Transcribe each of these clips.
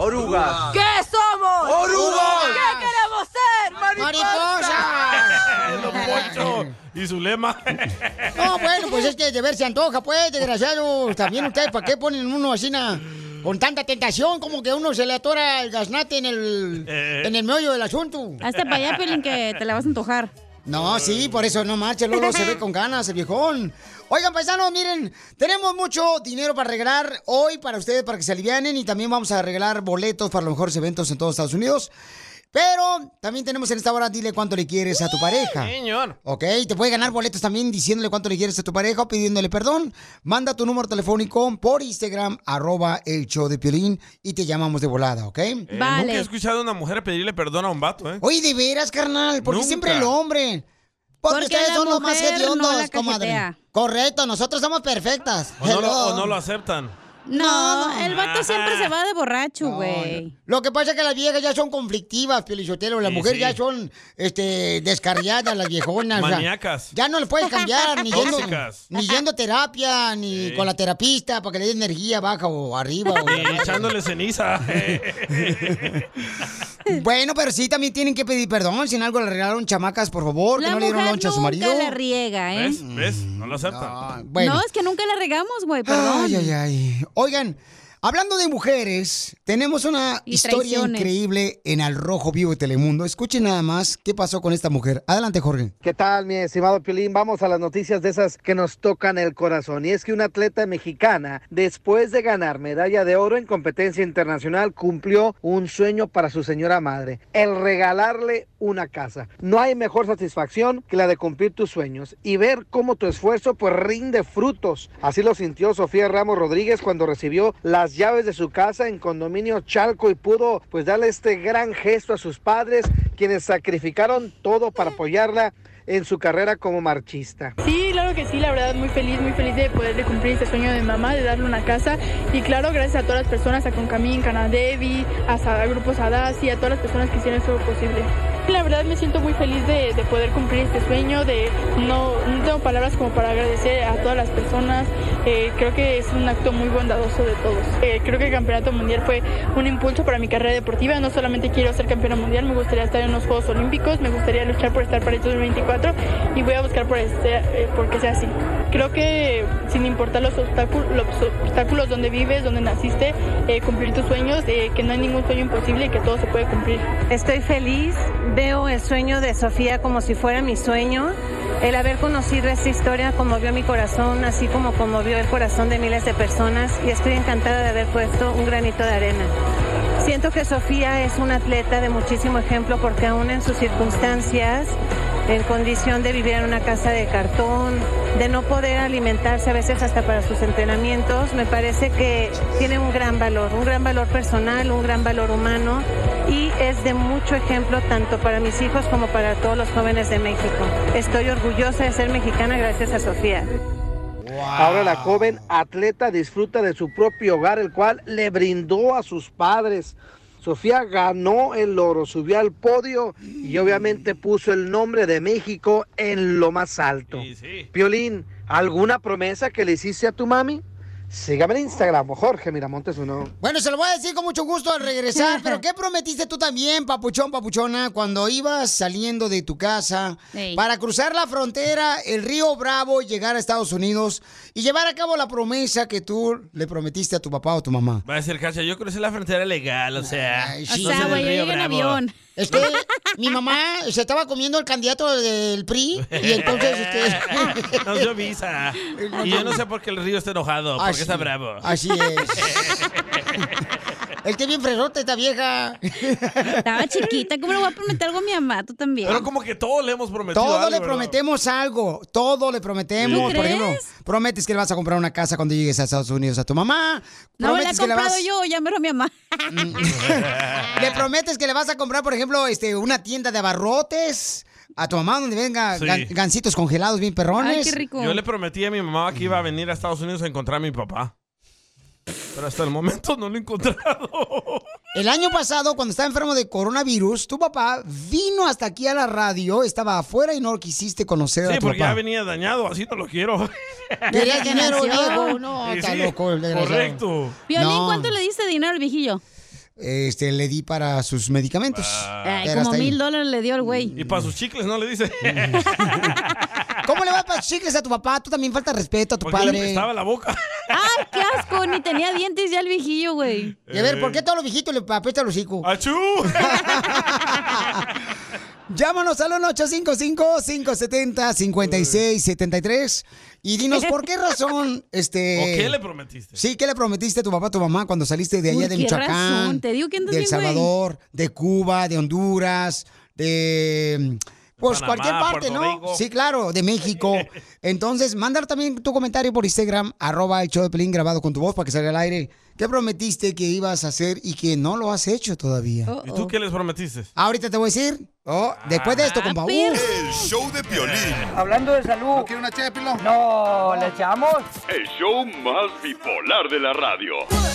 Orugas. ¿Qué somos? ¡Orugas! ¿Qué queremos ser? ¡Mariposa! Don Poncho. Y su lema. No, bueno, pues es que de ver se antoja, pues, desgraciados. También ustedes, ¿para qué ponen uno así con tanta tentación? Como que uno se le atora el gaznate en el meollo del asunto. Hasta para allá, Pelín, que te la vas a antojar. No, sí, por eso no marche, luego se ve con ganas el viejón. Oigan, paisanos, miren, tenemos mucho dinero para regalar hoy para ustedes, para que se alivianen, y también vamos a regalar boletos para los mejores eventos en todos Estados Unidos. Pero también tenemos en esta hora, dile cuánto le quieres a tu pareja. Señor. Ok, te puede ganar boletos también diciéndole cuánto le quieres a tu pareja o pidiéndole perdón. Manda tu número telefónico por Instagram, @el-show-de-Piolín, y te llamamos de volada, ¿ok? Nunca he escuchado a una mujer pedirle perdón a un vato, ¿eh? Oye, de veras, carnal, porque Nunca. siempre el hombre. Porque ustedes la son los más mujer hediondos, no la comadre. cajetea. Correcto, nosotros somos perfectas. O no lo aceptan. No, el vato siempre se va de borracho, güey. Lo que pasa es que las viejas ya son conflictivas, Piolichotelo. Las Sí, mujeres sí. ya son descarriadas, las viejonas. o sea, Maníacas. ya no les puedes cambiar, Tóxicas. ni yendo a terapia, ni con la terapista para que le dé energía baja o arriba. Y echándole ceniza. Bueno, pero sí, también tienen que pedir perdón. Si en algo le regalaron chamacas, por favor, que La no le dieron mujer lonche a su marido. nunca la riega, ¿eh? ¿Ves? No lo aceptan. Bueno. No, es que nunca la regamos, güey, perdón. Ay, ay, ay. Oigan, hablando de mujeres, tenemos una Y historia traiciones. increíble en Al Rojo Vivo de Telemundo. Escuchen nada más qué pasó con esta mujer. Adelante, Jorge. ¿Qué tal, mi estimado Piolín? Vamos a las noticias de esas que nos tocan el corazón. Y es que una atleta mexicana, después de ganar medalla de oro en competencia internacional, cumplió un sueño para su señora madre: el regalarle una casa. No hay mejor satisfacción que la de cumplir tus sueños y ver cómo tu esfuerzo pues rinde frutos. Así lo sintió Sofía Ramos Rodríguez cuando recibió las llaves de su casa en Condominio Chalco y pudo pues darle este gran gesto a sus padres, quienes sacrificaron todo para apoyarla en su carrera como marchista. Sí, claro que sí, la verdad muy feliz de poderle cumplir este sueño de mamá, de darle una casa. Y claro, gracias a todas las personas, a Concamín, Canadevi, a Grupo Sadasi, a todas las personas que hicieron esto posible. La verdad me siento muy feliz de poder cumplir este sueño, no tengo palabras como para agradecer a todas las personas. Creo que es un acto muy bondadoso de todos. Creo que el Campeonato Mundial fue un impulso para mi carrera deportiva. No solamente quiero ser campeona mundial, me gustaría estar en los Juegos Olímpicos, me gustaría luchar por estar para el 2024 y voy a buscar porque sea así. Creo que sin importar los obstáculos donde vives, donde naciste, cumplir tus sueños, que no hay ningún sueño imposible y que todo se puede cumplir. Estoy feliz, veo el sueño de Sofía como si fuera mi sueño. El haber conocido esta historia conmovió mi corazón, así como conmovió el corazón de miles de personas, y estoy encantada de haber puesto un granito de arena. Siento que Sofía es una atleta de muchísimo ejemplo, porque aún en sus circunstancias, en condición de vivir en una casa de cartón, de no poder alimentarse a veces hasta para sus entrenamientos, me parece que tiene un gran valor personal, un gran valor humano, y es de mucho ejemplo tanto para mis hijos como para todos los jóvenes de México. Estoy orgullosa de ser mexicana gracias a Sofía. Ahora la joven atleta disfruta de su propio hogar, el cual le brindó a sus padres. Sofía ganó el oro, subió al podio y obviamente puso el nombre de México en lo más alto. Sí. Piolín, ¿alguna promesa que le hiciste a tu mami? Sígame en Instagram, Jorge Miramontes uno. Bueno, se lo voy a decir con mucho gusto al regresar, pero ¿qué prometiste tú también, papuchón, papuchona, cuando ibas saliendo de tu casa para cruzar la frontera, el río Bravo, llegar a Estados Unidos y llevar a cabo la promesa que tú le prometiste a tu papá o tu mamá? Va a ser Cacha, yo crucé la frontera legal, o sea. Ay, O sí. sea, güey, yo llegué en avión. Mi mamá se estaba comiendo el candidato del PRI y entonces Nos dio visa. Y yo no sé por qué el río está enojado, porque está bravo. Así es. Está bien fresote esta vieja. Estaba chiquita, ¿cómo le voy a prometer algo a mi mamá? Tú también. Pero como que todos le hemos prometido Todo algo, le ¿verdad? prometemos algo. Todo le prometemos. ¿Tú Por crees? ejemplo, prometes que le vas a comprar una casa cuando llegues a Estados Unidos a tu mamá. No me la he Prometes que le comprado vas... yo, llámelo a mi mamá. Le prometes que le vas a comprar, por ejemplo, una tienda de abarrotes a tu mamá donde venga Sí. gancitos congelados bien perrones. Ay, qué rico. Yo le prometí a mi mamá que iba a venir a Estados Unidos a encontrar a mi papá. Pero hasta el momento no lo he encontrado. El año pasado, cuando estaba enfermo de coronavirus, tu papá vino hasta aquí a la radio, estaba afuera y no quisiste conocer a Sí, tu porque papá. ya venía dañado, así no lo quiero. Quería dinero, nació. Diego. No, Sí, está sí, loco el desgraciado. correcto. Violín, No. ¿cuánto le diste de dinero al viejillo? le di para sus medicamentos. Ay, Pero como hasta ahí. $1,000 le dio el güey. Y para sus chicles no le dice. ¿Cómo le va para sus chicles a tu papá? Tú también falta respeto a tu Porque le padre. apestaba la boca. Ay, qué asco, ni tenía dientes ya el viejillo, güey. Y a ver, ¿por qué a todos los viejitos le apesta el hocico? ¡Achú! Llámanos al 1-855-570-5673 y dinos por qué razón, ¿O qué le prometiste? Sí, ¿qué le prometiste a tu papá, a tu mamá cuando saliste de allá ¿Por de qué Michoacán? razón? Te digo que andas de El bien, güey. Salvador, de Cuba, de Honduras, de... Pues Panamá, cualquier parte, Puerto ¿no? Rico. Sí, claro, de México. Entonces, mandar también tu comentario por Instagram, @el show de Pelín, grabado con tu voz para que salga al aire. ¿Qué prometiste que ibas a hacer y que no lo has hecho todavía? ¿Y tú qué les prometiste? Ahorita te voy a decir. Después de esto, compa. El show de Piolín. Hablando de salud. ¿Quiere una ché de pilón? No, ¿le echamos? El show más bipolar de la radio.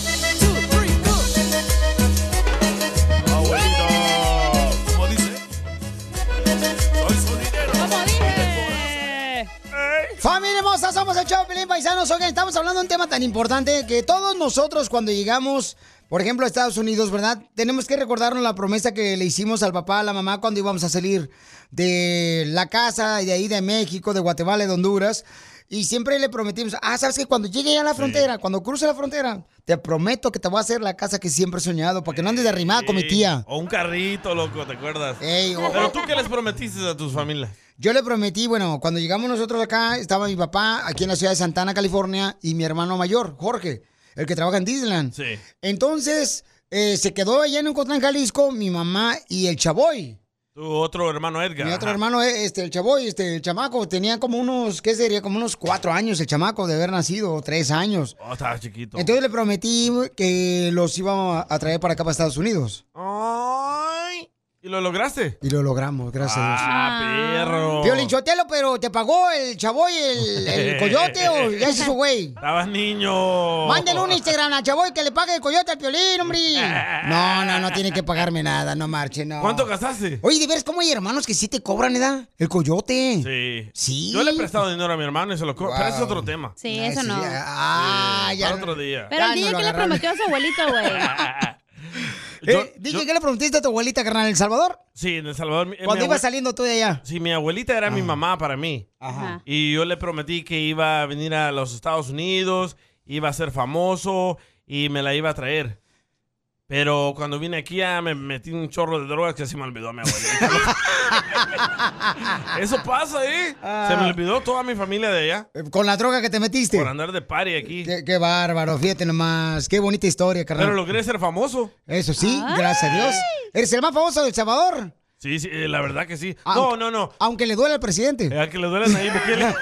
Abuelito, ¿cómo dice? Soy su dinero. ¿Cómo dije? Familia hermosa, somos el show de Pelín, paisanos. Oigan, estamos hablando de un tema tan importante que todos nosotros cuando llegamos, por ejemplo, a Estados Unidos, ¿verdad? Tenemos que recordarnos la promesa que le hicimos al papá, a la mamá cuando íbamos a salir de la casa y de ahí de México, de Guatemala y de Honduras. Y siempre le prometimos, ¿sabes qué? Cuando llegue ya a la frontera, cuando cruce la frontera, te prometo que te voy a hacer la casa que siempre he soñado, para que no andes de arrimada con mi tía. O un carrito, loco, ¿te acuerdas? Ey, Pero tú, ¿qué les prometiste a tus familias? Yo le prometí, bueno, cuando llegamos nosotros acá, estaba mi papá aquí en la ciudad de Santana, California, y mi hermano mayor, Jorge, el que trabaja en Disneyland. Sí. Entonces, se quedó allá en Ocotlán, Jalisco, mi mamá y el Chavoy. Tu otro hermano Edgar. Mi otro Ajá. hermano, el Chavoy, el chamaco, tenía como unos, ¿qué sería? Como unos 4 años el chamaco de haber nacido, o 3 años. Oh, estaba chiquito. Entonces le prometí que los íbamos a traer para acá, para Estados Unidos. Ay. ¿Y lo lograste? Y lo logramos, gracias a Dios. Perro. Piolín Sotelo, pero ¿te pagó el Chavoy, el coyote o ya se hizo güey? Estabas niño. Mándale un Instagram a Chavoy que le pague el coyote al Piolín, hombre. No tiene que pagarme nada, no marche, no. ¿Cuánto gastaste? Oye, de veras, ¿cómo hay hermanos que sí te cobran, edad? El coyote. Sí. Sí. Yo le he prestado dinero a mi hermano y se lo cobro. Pero ese es otro tema. Sí, eso no. Ya. Para otro día. Pero Ya dile no lo que le agarraron. prometió a su abuelito, güey. DJ, ¿qué le prometiste a tu abuelita, carnal, en El Salvador? Sí, en El Salvador. Cuando ibas saliendo tú de allá. Sí, mi abuelita era mi mamá para mí. Ajá. Y yo le prometí que iba a venir a los Estados Unidos, iba a ser famoso y me la iba a traer. Pero cuando vine aquí ya me metí un chorro de drogas que se me olvidó a mi abuelita. Eso pasa, ¿eh? Se me olvidó toda mi familia de allá. Con la droga que te metiste. Por andar de party aquí. Qué bárbaro, fíjate nomás. Qué bonita historia, carnal. Pero logré ser famoso. Eso sí, gracias a Dios. ¿Eres el más famoso de El Salvador? Sí, la verdad que sí. Aunque, No. Aunque le duele al presidente. Al que le duelen ahí, Bukele.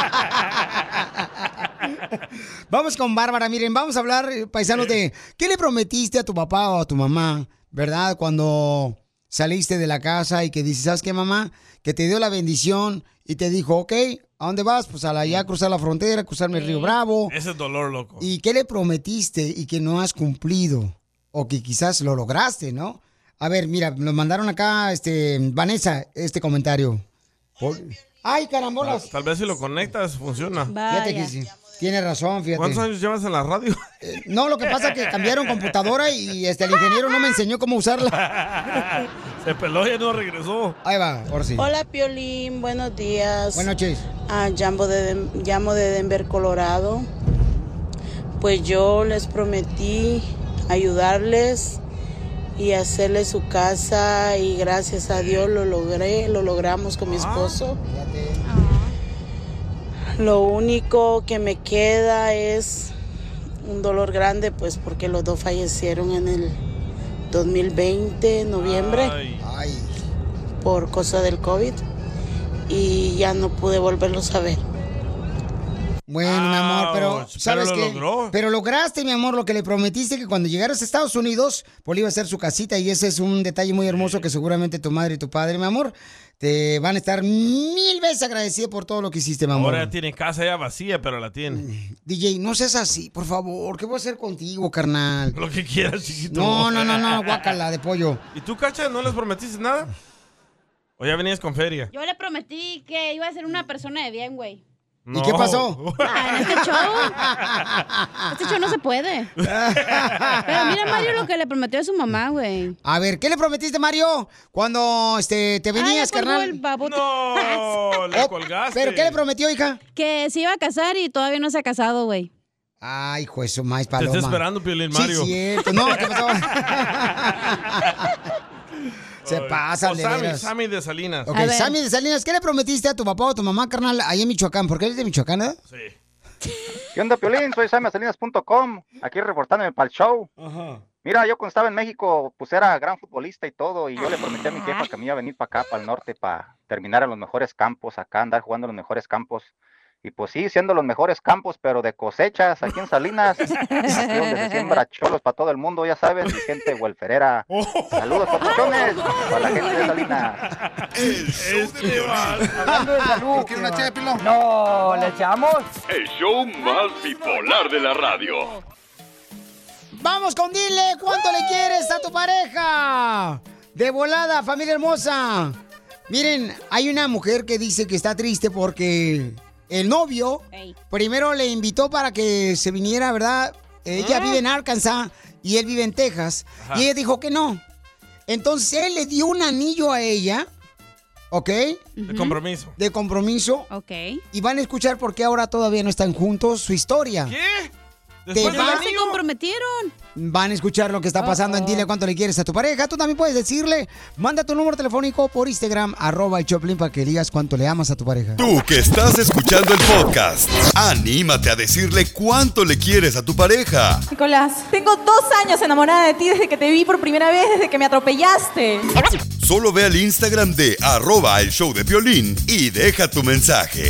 Vamos con Bárbara, miren, vamos a hablar, paisanos, de ¿qué le prometiste a tu papá o a tu mamá, verdad? Cuando saliste de la casa y que dices, ¿sabes qué, mamá? Que te dio la bendición y te dijo, ok, ¿a dónde vas? Pues allá a cruzar la frontera, cruzarme el río Bravo. Ese es dolor, loco. ¿Y qué le prometiste y que no has cumplido? O que quizás lo lograste, ¿no? A ver, mira, nos mandaron acá, Vanessa, este comentario. ¡Ay, carambolas! Tal vez si lo conectas, funciona. Fíjate que sí. Tiene razón, fíjate. ¿Cuántos años llevas en la radio? No, lo que pasa es que cambiaron computadora y el ingeniero no me enseñó cómo usarla. Se peló y no regresó. Ahí va, ahora sí. Hola, Piolín, buenos días. Buenas noches. Llamo de Denver, Colorado. Pues yo les prometí ayudarles y hacerles su casa y gracias a Dios lo logramos con mi esposo. Lo único que me queda es un dolor grande, pues porque los dos fallecieron en el 2020, noviembre, por cosa del COVID, y ya no pude volverlos a ver. Bueno, mi amor, pero ¿sabes pero lo qué? logró. Pero lograste, mi amor, lo que le prometiste, que cuando llegaras a Estados Unidos, pues le iba a hacer su casita, y ese es un detalle muy hermoso que seguramente tu madre y tu padre, mi amor, te van a estar 1000 veces agradecidos por todo lo que hiciste, mi amor. Ahora tiene casa ya vacía, pero la tiene. DJ, no seas así, por favor. ¿Qué voy a hacer contigo, carnal? Lo que quieras, chiquito. No, guácala de pollo. ¿Y tú, Cacha, no les prometiste nada? ¿O ya venías con feria? Yo le prometí que iba a ser una persona de bien, güey. ¿Y qué pasó? En este show. Este show no se puede. Pero mira, Mario, lo que le prometió a su mamá, güey. A ver, ¿qué le prometiste, Mario? Cuando te venías, carnal. No, le colgaste. ¿Pero qué le prometió, hija? Que se iba a casar y todavía no se ha casado, güey. Ay, hijo de su maíz, Te paloma. estoy esperando, Piolín, Sí, Mario. es cierto. No, ¿qué pasó? Se pasa, de veras. Sammy de Salinas. Ok, Sammy de Salinas, ¿qué le prometiste a tu papá o a tu mamá, carnal, ahí en Michoacán? ¿Por qué eres de Michoacán, eh? Sí. ¿Qué onda, Piolín? Soy SammyDeSalinas.com, aquí reportándome para el show. Ajá. Mira, yo cuando estaba en México, pues era gran futbolista y todo, y yo le prometí a mi jefa que me iba a venir para acá, para el norte, para terminar en los mejores campos, acá andar jugando en los mejores campos. Y pues sí, siendo los mejores campos, pero de cosechas, aquí en Salinas, aquí donde se siembra cholos para todo el mundo, ya sabes, y gente huelferera. Saludos, papuchones, para la gente de Salinas. Hablando de salud. ¿Quieres una ché de pilón? No, ¿le echamos? El show más bipolar de la radio. Vamos con dile cuánto le quieres a tu pareja. De volada, familia hermosa. Miren, hay una mujer que dice que está triste porque el novio primero le invitó para que se viniera, ¿verdad? Ella vive en Arkansas y él vive en Texas. Ajá. Y ella dijo que no. Entonces él le dio un anillo a ella, ¿ok? De compromiso. De compromiso. Ok. Y van a escuchar por qué ahora todavía no están juntos, su historia. ¿Qué? Te ¿Después del vas- Se anillo? comprometieron. Van a escuchar lo que está pasando en Dile Cuánto Le Quieres a tu pareja. Tú también puedes decirle, manda tu número telefónico por Instagram, @el Choplin, para que digas cuánto le amas a tu pareja. Tú que estás escuchando el podcast, anímate a decirle cuánto le quieres a tu pareja. Nicolás, tengo 2 años enamorada de ti desde que te vi por primera vez, desde que me atropellaste. Solo ve al Instagram de @el show de Piolín y deja tu mensaje.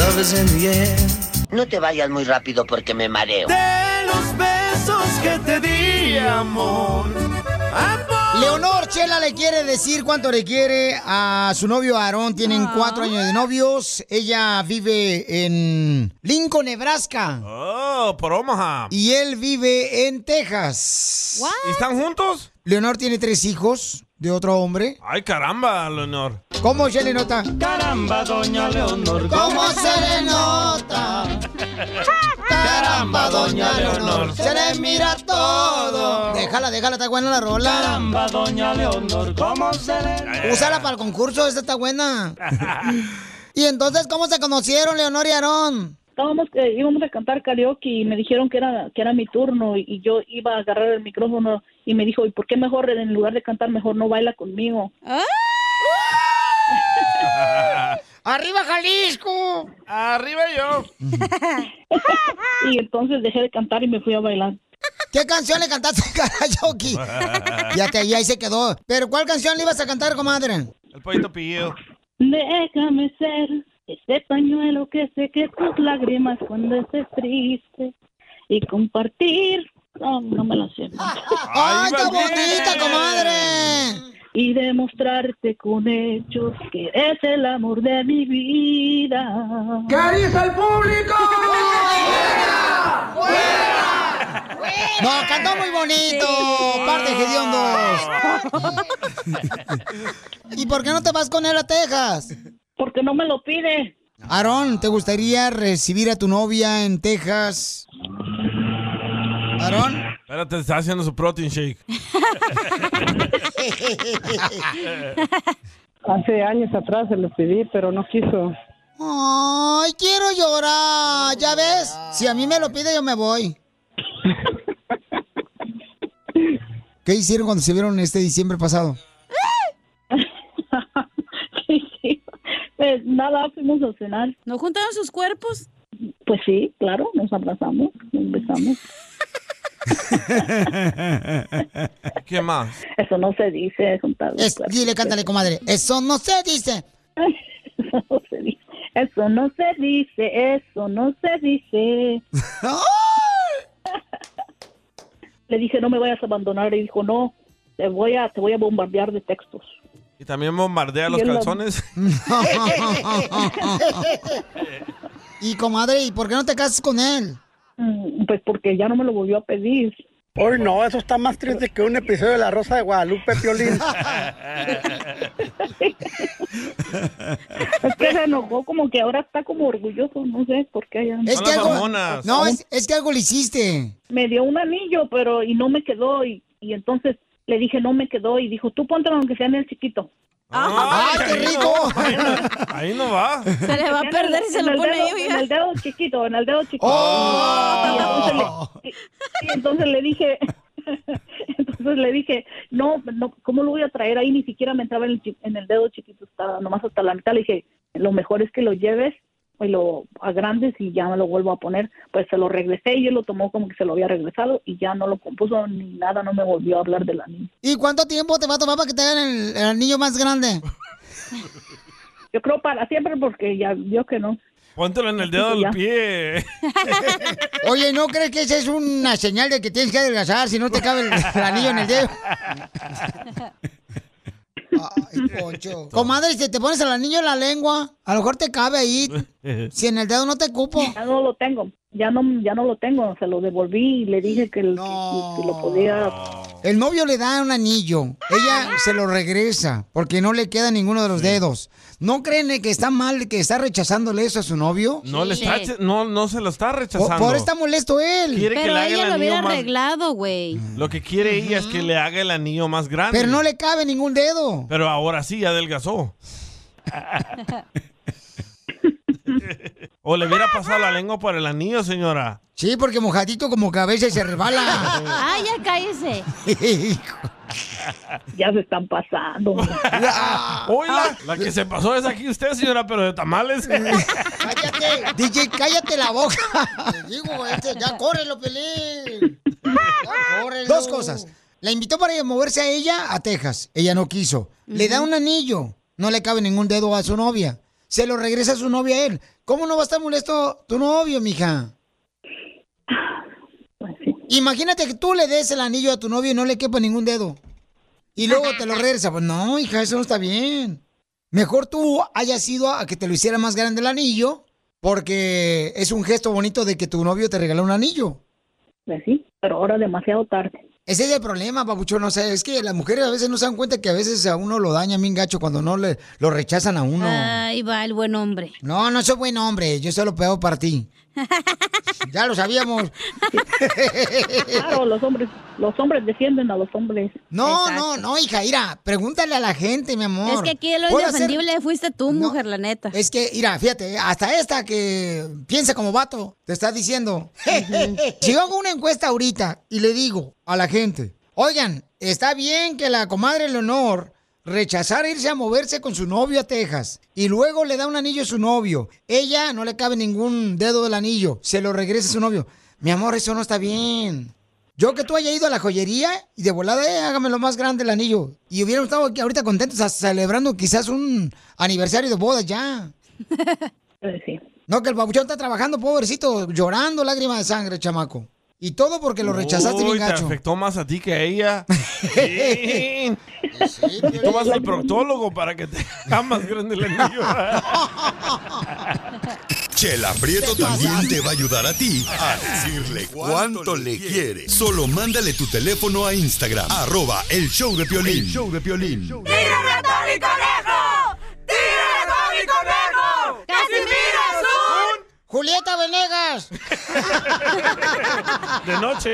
No te vayas muy rápido porque me mareo. Los besos que te di, amor. Leonor Chela le quiere decir cuánto le quiere a su novio Aarón. Tienen 4 años de novios. Ella vive en Lincoln, Nebraska. Oh, por Omaha. Y él vive en Texas. ¿Y están juntos? Leonor tiene 3 hijos de otro hombre. Ay, caramba, Leonor. ¿Cómo se le nota? Caramba, doña Leonor. ¿Cómo se le nota? Caramba, doña Leonor. Se le mira todo. Déjala, está buena la rola. Caramba, doña Leonor. ¿Cómo se le... Úsala para el concurso, esta está buena. Y entonces, ¿cómo se conocieron Leonor y Aarón? Íbamos a cantar karaoke y me dijeron que era mi turno y yo iba a agarrar el micrófono y me dijo, ¿y por qué mejor en lugar de cantar mejor no baila conmigo? ¡Arriba Jalisco! ¡Arriba yo! Y entonces dejé de cantar y me fui a bailar. ¿Qué canción le cantaste en karaoke? Y ahí se quedó. ¿Pero cuál canción le ibas a cantar, comadre? El pollito pillo. Déjame ser ese pañuelo que seque tus lágrimas cuando estés triste y compartir. No me la sé. ¡Ay, qué bonita, comadre! Y demostrarte con hechos que eres el amor de mi vida. ¿Qué dice el público? ¡Fuera! ¡Fuera! No, cantó muy bonito. Parte hediondos. ¿Y por qué no te vas con él a Texas? Porque no me lo pide. Aarón, ¿te gustaría recibir a tu novia en Texas? ¿Aarón? Espérate, está haciendo su protein shake. Hace años atrás se lo pedí, pero no quiso. Ay, quiero llorar. ¿Ya ves? Si a mí me lo pide, yo me voy. ¿Qué hicieron cuando se vieron este diciembre pasado? Pues nada, fuimos a cenar. ¿No juntaron sus cuerpos? Pues sí, claro, nos abrazamos, nos besamos. ¿Qué más? Eso no se dice, juntar los cuerpos. Dile, cántale, comadre. Eso no se dice. Eso no se dice. Eso no se dice, eso no se dice. Le dije, no me vayas a abandonar. Y dijo, no, te voy a bombardear de textos. ¿Y también bombardea los Y él lo- calzones? Y comadre, ¿y por qué no te casas con él? Pues porque ya no me lo volvió a pedir. Hoy no, eso está más triste que un episodio de La Rosa de Guadalupe, Piolín. Es que se enojó, como que ahora está como orgulloso, no sé por qué. Es que algo le hiciste. Me dio un anillo, pero y no me quedó, y entonces le dije no me quedó, y dijo, tú póntelo aunque sea en el chiquito. ¡Ay, qué rico! Ahí no va. Se le va a perder si se lo pone yo ya. En el dedo chiquito, ¡Oh! Y entonces le dije... Entonces le dije, no, ¿cómo lo voy a traer ahí? Ni siquiera me entraba en el dedo chiquito, estaba nomás hasta la mitad. Le dije, lo mejor es que lo lleves y lo agrandes y ya me lo vuelvo a poner. Pues se lo regresé y él lo tomó como que se lo había regresado y ya no lo compuso ni nada, no me volvió a hablar del anillo. ¿Y cuánto tiempo te va a tomar para que te hagan el anillo más grande? Yo creo para siempre, porque ya vio que no. Póntelo en el dedo del pie. Oye, ¿no crees que esa es una señal de que tienes que adelgazar si no te cabe el anillo en el dedo? Ay, Poncho. Comadre, si te pones el anillo en la lengua, a lo mejor te cabe ahí. Si en el dedo no te cupo. Ya no lo tengo. Ya no lo tengo. Se lo devolví y le dije que lo podía... El novio le da un anillo. Ella se lo regresa porque no le queda ninguno de los dedos. ¿No creen que está mal, que está rechazándole eso a su novio? No le está, no se lo está rechazando. Por está molesto él. Pero ella lo hubiera arreglado, güey. Lo que quiere ella es que le haga el anillo más grande. Pero no le cabe ningún dedo. Pero ahora sí, ya adelgazó. O le hubiera pasado la lengua por el anillo, señora. Sí, porque mojadito como que a veces se resbala. Ay, ya cállese. Ya se están pasando. Oiga, la que se pasó es aquí usted, señora, pero de tamales. Cállate, DJ, cállate la boca. Te digo, ya córrelo, Pelín. Ya córrelo. Dos cosas. La invitó para moverse a ella a Texas. Ella no quiso. Le da un anillo. No le cabe ningún dedo a su novia. Se lo regresa a su novia a él. ¿Cómo no va a estar molesto tu novio, mija? Imagínate que tú le des el anillo a tu novio y no le quepa ningún dedo. Y luego te lo regresa. Pues no, hija, eso no está bien. Mejor tú hayas ido a que te lo hiciera más grande el anillo, porque es un gesto bonito de que tu novio te regaló un anillo. Pues sí, pero ahora demasiado tarde. Ese es el problema, papuchón. O sea, es que las mujeres a veces no se dan cuenta que a veces a uno lo daña bien gacho cuando no lo rechazan a uno. Ahí va el buen hombre. No, no soy buen hombre. Yo soy lo peor para ti. Ya lo sabíamos. Claro, los hombres defienden a los hombres. No, hija, mira, pregúntale a la gente, mi amor. Es que aquí lo indefendible fuiste tú, mujer, la neta. Es que, mira, fíjate, hasta esta que piensa como vato, te está diciendo. Si yo hago una encuesta ahorita y le digo a la gente, oigan, está bien que la comadre Leonor rechazar irse a moverse con su novio a Texas y luego le da un anillo a su novio. Ella no le cabe ningún dedo del anillo, se lo regresa a su novio. Mi amor, eso no está bien. Yo que tú hayas ido a la joyería y de volada, hágamelo más grande el anillo. Y hubiéramos estado aquí ahorita contentos celebrando quizás un aniversario de boda ya. Sí. No, que el babuchón está trabajando, pobrecito, llorando, lágrimas de sangre, chamaco. Y todo porque lo rechazaste bien gacho. Te afectó más a ti que a ella. Sí. Y tú vas al proctólogo para que te haga más grande el anillo. Chela Prieto también te va a ayudar a ti a decirle cuánto le quiere. Solo mándale tu teléfono a Instagram, @elshowdepiolín. ¡Tírame a Tony Conejo! ¡Tírame a Tony Conejo! ¡Casimiro es un... ¡Julieta Venegas! De noche.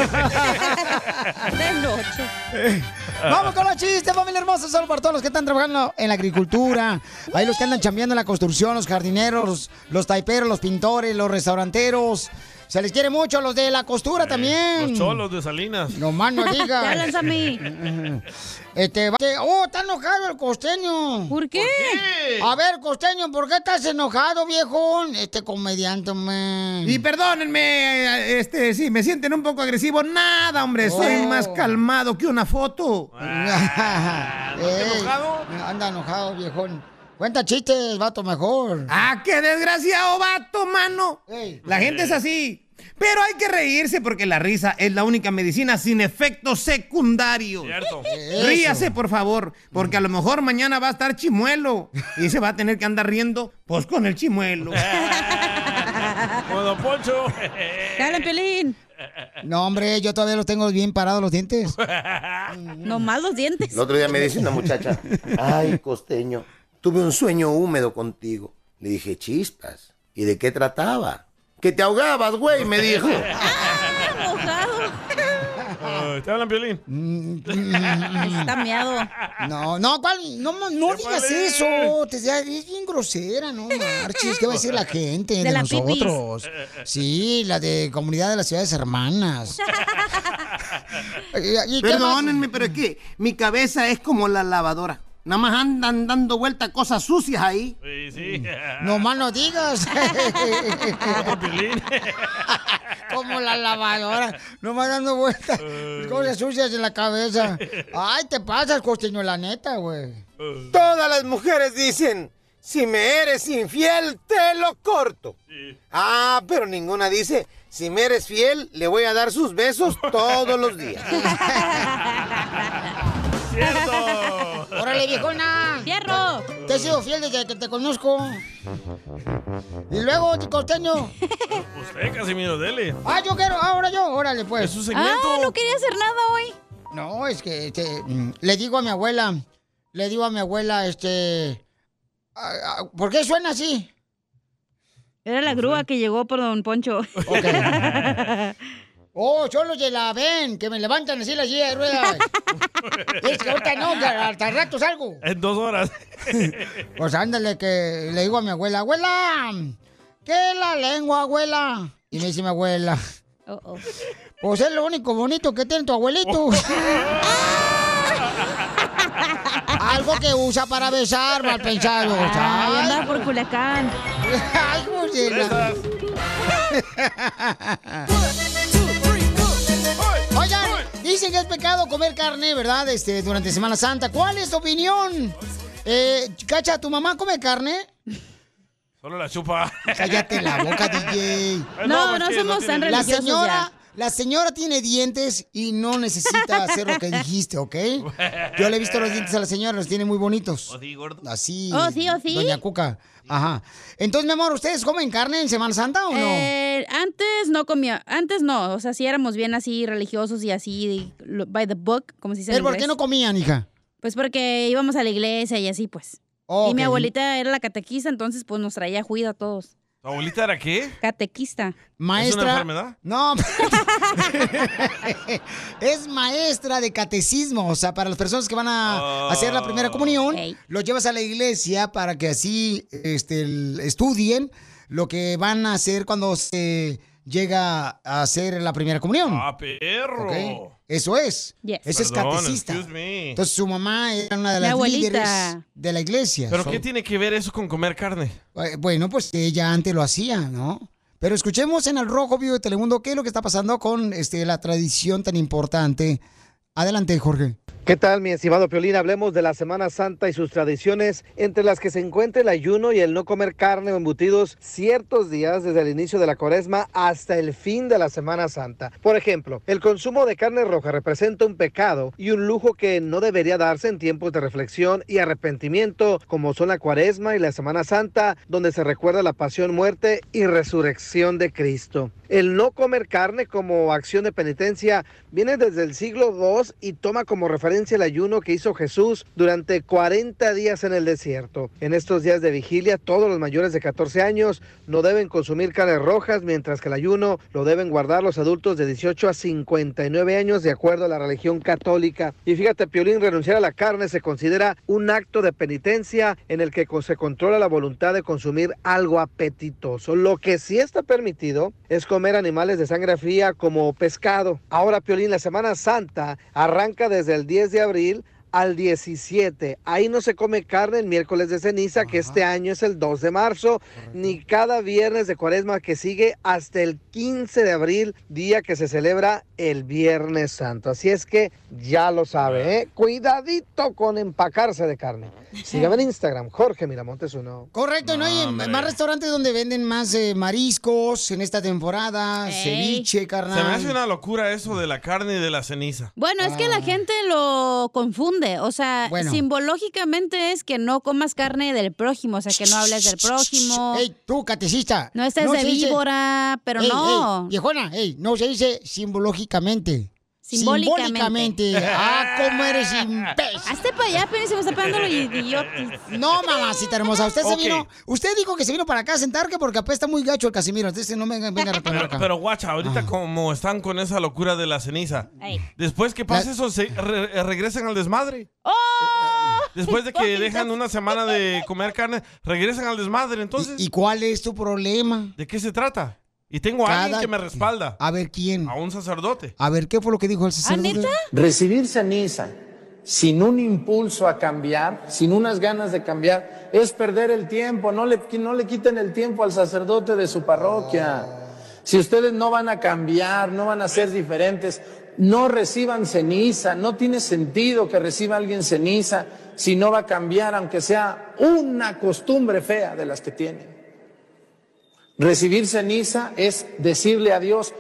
De noche. Vamos con los chistes, familia hermosa. Solo para todos los que están trabajando en la agricultura. Ahí los que andan chambeando en la construcción, los jardineros, los taiperos, los pintores, los restauranteros. Se les quiere mucho a los de la costura también. Los cholos de Salinas. No más no digas. Ya lanza a mí. Está enojado el costeño. ¿Por qué? A ver, costeño, ¿por qué estás enojado, viejón? Comediante, man. Y perdónenme, si me sienten un poco agresivo. Nada, hombre, soy más calmado que una foto. ¿No estás enojado? Anda enojado, viejón. Cuenta chistes, vato, mejor. ¡Ah, qué desgraciado vato, mano! Ey. La gente es así. Pero hay que reírse porque la risa es la única medicina sin efectos secundarios. Cierto. Ríase, por favor, porque a lo mejor mañana va a estar Chimuelo y se va a tener que andar riendo, pues con el Chimuelo. Con Don Poncho. Dale, Pelín. No, hombre, yo todavía los tengo bien parados los dientes. Nomás los dientes. El otro día me dice una muchacha, ay, costeño, tuve un sueño húmedo contigo. Le dije, chispas. ¿Y de qué trataba? Que te ahogabas, güey, me dijo. ¿Te hablan, Piolín? Está miado. No, ¿cuál? No digas eso. Es bien grosera, no marches. ¿Qué va a decir la gente de nosotros? Pipis. Sí, la de Comunidad de las Ciudades Hermanas. Perdónenme, pero es que mi cabeza es como la lavadora. Nada más andan dando vueltas cosas sucias ahí. Sí. No más no digas. Como la lavadora. No más dando vueltas. Cosas sucias en la cabeza. Ay, te pasas, costeño, la neta, güey. Todas las mujeres dicen, si me eres infiel, te lo corto. Sí. Ah, pero ninguna dice, si me eres fiel, le voy a dar sus besos todos los días. ¡Cierto! ¡Órale, viejona! ¡Fierro! Te he sido fiel desde que te conozco. Y luego, costeño. Usted, Casimiro, dele. Yo quiero, ahora yo. Órale, pues. Es su segmento. No quería hacer nada hoy. No, es que le digo a mi abuela, ¿por qué suena así? Era la grúa que llegó por Don Poncho. Okay. Son los de la ven, que me levantan así la silla de ruedas. Es que ahorita no, hasta rato salgo. En 2 horas. Pues ándale, que le digo a mi abuela, ¿qué es la lengua, abuela? Y me dice mi abuela, pues es lo único bonito que tiene tu abuelito. Algo que usa para besar, mal pensado. Anda por Culiacán. Ay, José. Oigan, dicen que es pecado comer carne, ¿verdad? Durante Semana Santa. ¿Cuál es tu opinión? Cacha, ¿tu mamá come carne? Solo la chupa. Cállate la boca, DJ. No somos tan religiosos ya. La señora tiene dientes y no necesita hacer lo que dijiste, ¿ok? Yo le he visto los dientes a la señora, los tiene muy bonitos. ¿O sí, gordo? Así. ¿Oh, sí? Doña Cuca. Ajá. Entonces, mi amor, ¿ustedes comen carne en Semana Santa o no? Antes no comía. Antes no. O sea, sí éramos bien así religiosos y así, by the book, como se dice en ¿Pero por inglés. qué no comían, hija? Pues porque íbamos a la iglesia y así, pues. Y mi abuelita era la catequista, entonces pues nos traía juicio a todos. ¿Tu abuelita era qué? Catequista. Maestra. ¿Es una enfermedad? No. Es maestra de catecismo. O sea, para las personas que van a hacer la primera comunión, los llevas a la iglesia para que así estudien lo que van a hacer cuando se llega a hacer la primera comunión. ¡Ah, perro! ¿Okay? Eso es. Yes. Eso es catecista. Entonces su mamá era una de las líderes de la iglesia. ¿Pero qué tiene que ver eso con comer carne? Bueno, pues ella antes lo hacía, ¿no? Pero escuchemos en El Rojo Vivo de Telemundo qué es lo que está pasando con la tradición tan importante. Adelante, Jorge. ¿Qué tal, mi estimado Piolín? Hablemos de la Semana Santa y sus tradiciones, entre las que se encuentra el ayuno y el no comer carne o embutidos ciertos días desde el inicio de la Cuaresma hasta el fin de la Semana Santa. Por ejemplo, el consumo de carne roja representa un pecado y un lujo que no debería darse en tiempos de reflexión y arrepentimiento, como son la Cuaresma y la Semana Santa, donde se recuerda la pasión, muerte y resurrección de Cristo. El no comer carne como acción de penitencia viene desde el siglo II y toma como referencia el ayuno que hizo Jesús durante 40 días en el desierto. En estos días de vigilia, todos los mayores de 14 años no deben consumir carnes rojas, mientras que el ayuno lo deben guardar los adultos de 18 a 59 años de acuerdo a la religión católica. Y fíjate, Piolín, renunciar a la carne se considera un acto de penitencia en el que se controla la voluntad de consumir algo apetitoso. Lo que sí está permitido es comer animales de sangre fría como pescado. Ahora, Piolín, la Semana Santa arranca desde el 10 de abril al 17. Ahí no se come carne el miércoles de ceniza, que este año es el 2 de marzo, ni cada viernes de Cuaresma que sigue hasta el 15 de abril, día que se celebra el Viernes Santo. Así es que ya lo sabe, ¿eh? Cuidadito con empacarse de carne. Sígame en Instagram, Jorge Miramontes 1. Correcto, ¿no? Hay más restaurantes donde venden más mariscos en esta temporada, ceviche, carnal. Se me hace una locura eso de la carne y de la ceniza. Bueno, es que la gente lo confunde confunde. O sea, Bueno. simbológicamente es que no comas carne del prójimo, o sea, que no hables del prójimo. ¡Ey, tú, catecista! No estés No de se dice- víbora, pero Ey, no. ey, viejona, no se dice simbológicamente. Simbólicamente. Ah, ¿cómo eres imbécil? Hazte para allá, pero se me está pegando lo idiota. No, mamacita hermosa, usted Ok. se vino, usted dijo que se vino para acá a sentar que porque apesta muy gacho el Casimiro, entonces no venga a retornar acá. Pero guacha, ahorita como están con esa locura de la ceniza, después que pase eso, regresan al desmadre. Después de que dejan una semana de comer carne, regresan al desmadre, entonces. ¿Y cuál es tu problema? ¿De qué se trata? Y tengo a alguien Cada- que me respalda. A ver, ¿quién? A un sacerdote. A ver, ¿qué fue lo que dijo el sacerdote? Recibir ceniza sin un impulso a cambiar, sin unas ganas de cambiar, es perder el tiempo. No le quiten el tiempo al sacerdote de su parroquia. Si ustedes no van a cambiar, no van a ser diferentes, no reciban ceniza. No tiene sentido que reciba alguien ceniza si no va a cambiar, aunque sea una costumbre fea de las que tienen. Recibir ceniza es decirle a Dios: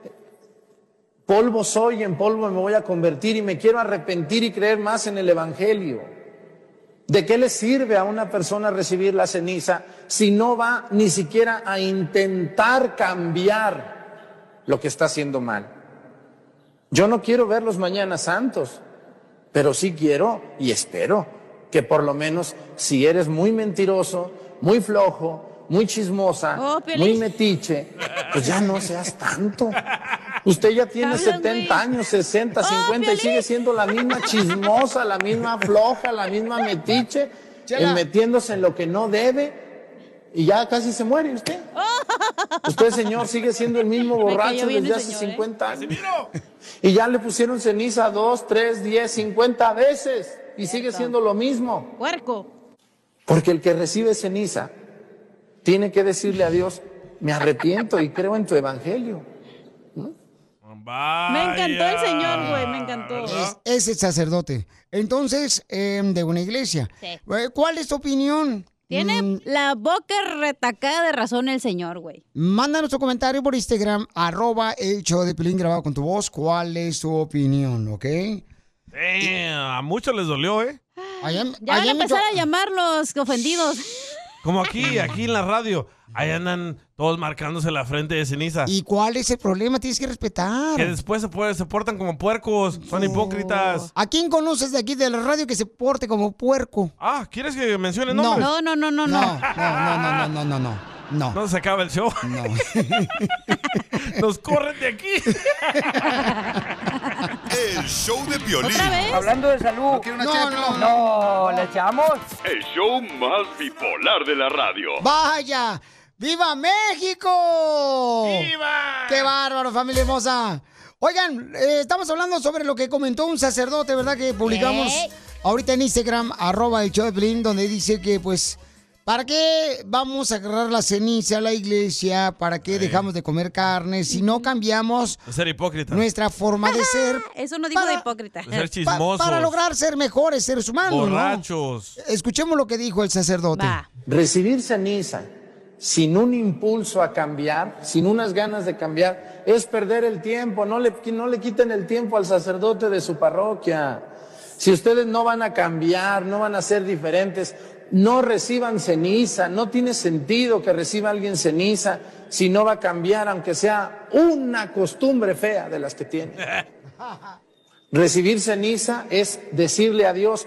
polvo soy, en polvo me voy a convertir y me quiero arrepentir y creer más en el Evangelio. ¿De qué le sirve a una persona recibir la ceniza si no va ni siquiera a intentar cambiar lo que está haciendo mal? Yo no quiero ver los mañanas santos, pero sí quiero y espero que por lo menos, si eres muy mentiroso, muy flojo, muy chismosa, muy metiche, pues ya no seas tanto. Usted ya tiene 70 años, 60, 50 y sigue siendo la misma chismosa, la misma floja, la misma metiche, metiéndose en lo que no debe y ya casi se muere usted. Usted, señor, sigue siendo el mismo borracho desde hace 50 años. Y ya le pusieron ceniza 2, 3, 10, 50 veces y sigue siendo lo mismo. Puerco. Porque el que recibe ceniza tiene que decirle a Dios: me arrepiento y creo en tu evangelio. Me encantó el señor, güey, me encantó. Es el sacerdote. Entonces, de una iglesia. Sí. ¿Cuál es tu opinión? Tiene la boca retacada de razón el señor, güey. Mándanos tu comentario por Instagram, @el show de Piolín grabado con tu voz. ¿Cuál es tu opinión, ok? Damn, a muchos les dolió, ¿eh? Ya van a empezar a llamar los ofendidos. Como aquí en la radio. Ahí andan todos marcándose la frente de ceniza. ¿Y cuál es el problema? Tienes que respetar. Que después se portan como puercos. Son hipócritas. ¿A quién conoces de aquí de la radio que se porte como puerco? Ah, ¿quieres que mencione nombres? No. No se acaba el show. No. Nos corren de aquí. El show de Piolín. ¿Otra vez? Hablando de salud. No, ¿le echamos? El show más bipolar de la radio. ¡Vaya! ¡Viva México! ¡Viva! ¡Qué bárbaro, familia hermosa! Oigan, estamos hablando sobre lo que comentó un sacerdote, ¿verdad? Que publicamos ahorita en Instagram, @el show de Piolín, donde dice que, pues, ¿para qué vamos a agarrar la ceniza a la iglesia? ¿Para qué dejamos de comer carne si no cambiamos De ser hipócrita. nuestra forma de ser? Eso no digo de hipócrita. De ser chismosos. Para lograr ser mejores seres humanos, ¿no? Borrachos. Escuchemos lo que dijo el sacerdote. Recibir ceniza sin un impulso a cambiar, sin unas ganas de cambiar, es perder el tiempo. No le quiten el tiempo al sacerdote de su parroquia. Si ustedes no van a cambiar, no van a ser diferentes, no reciban ceniza. No tiene sentido que reciba alguien ceniza si no va a cambiar, aunque sea una costumbre fea de las que tiene. Recibir ceniza es decirle a Dios: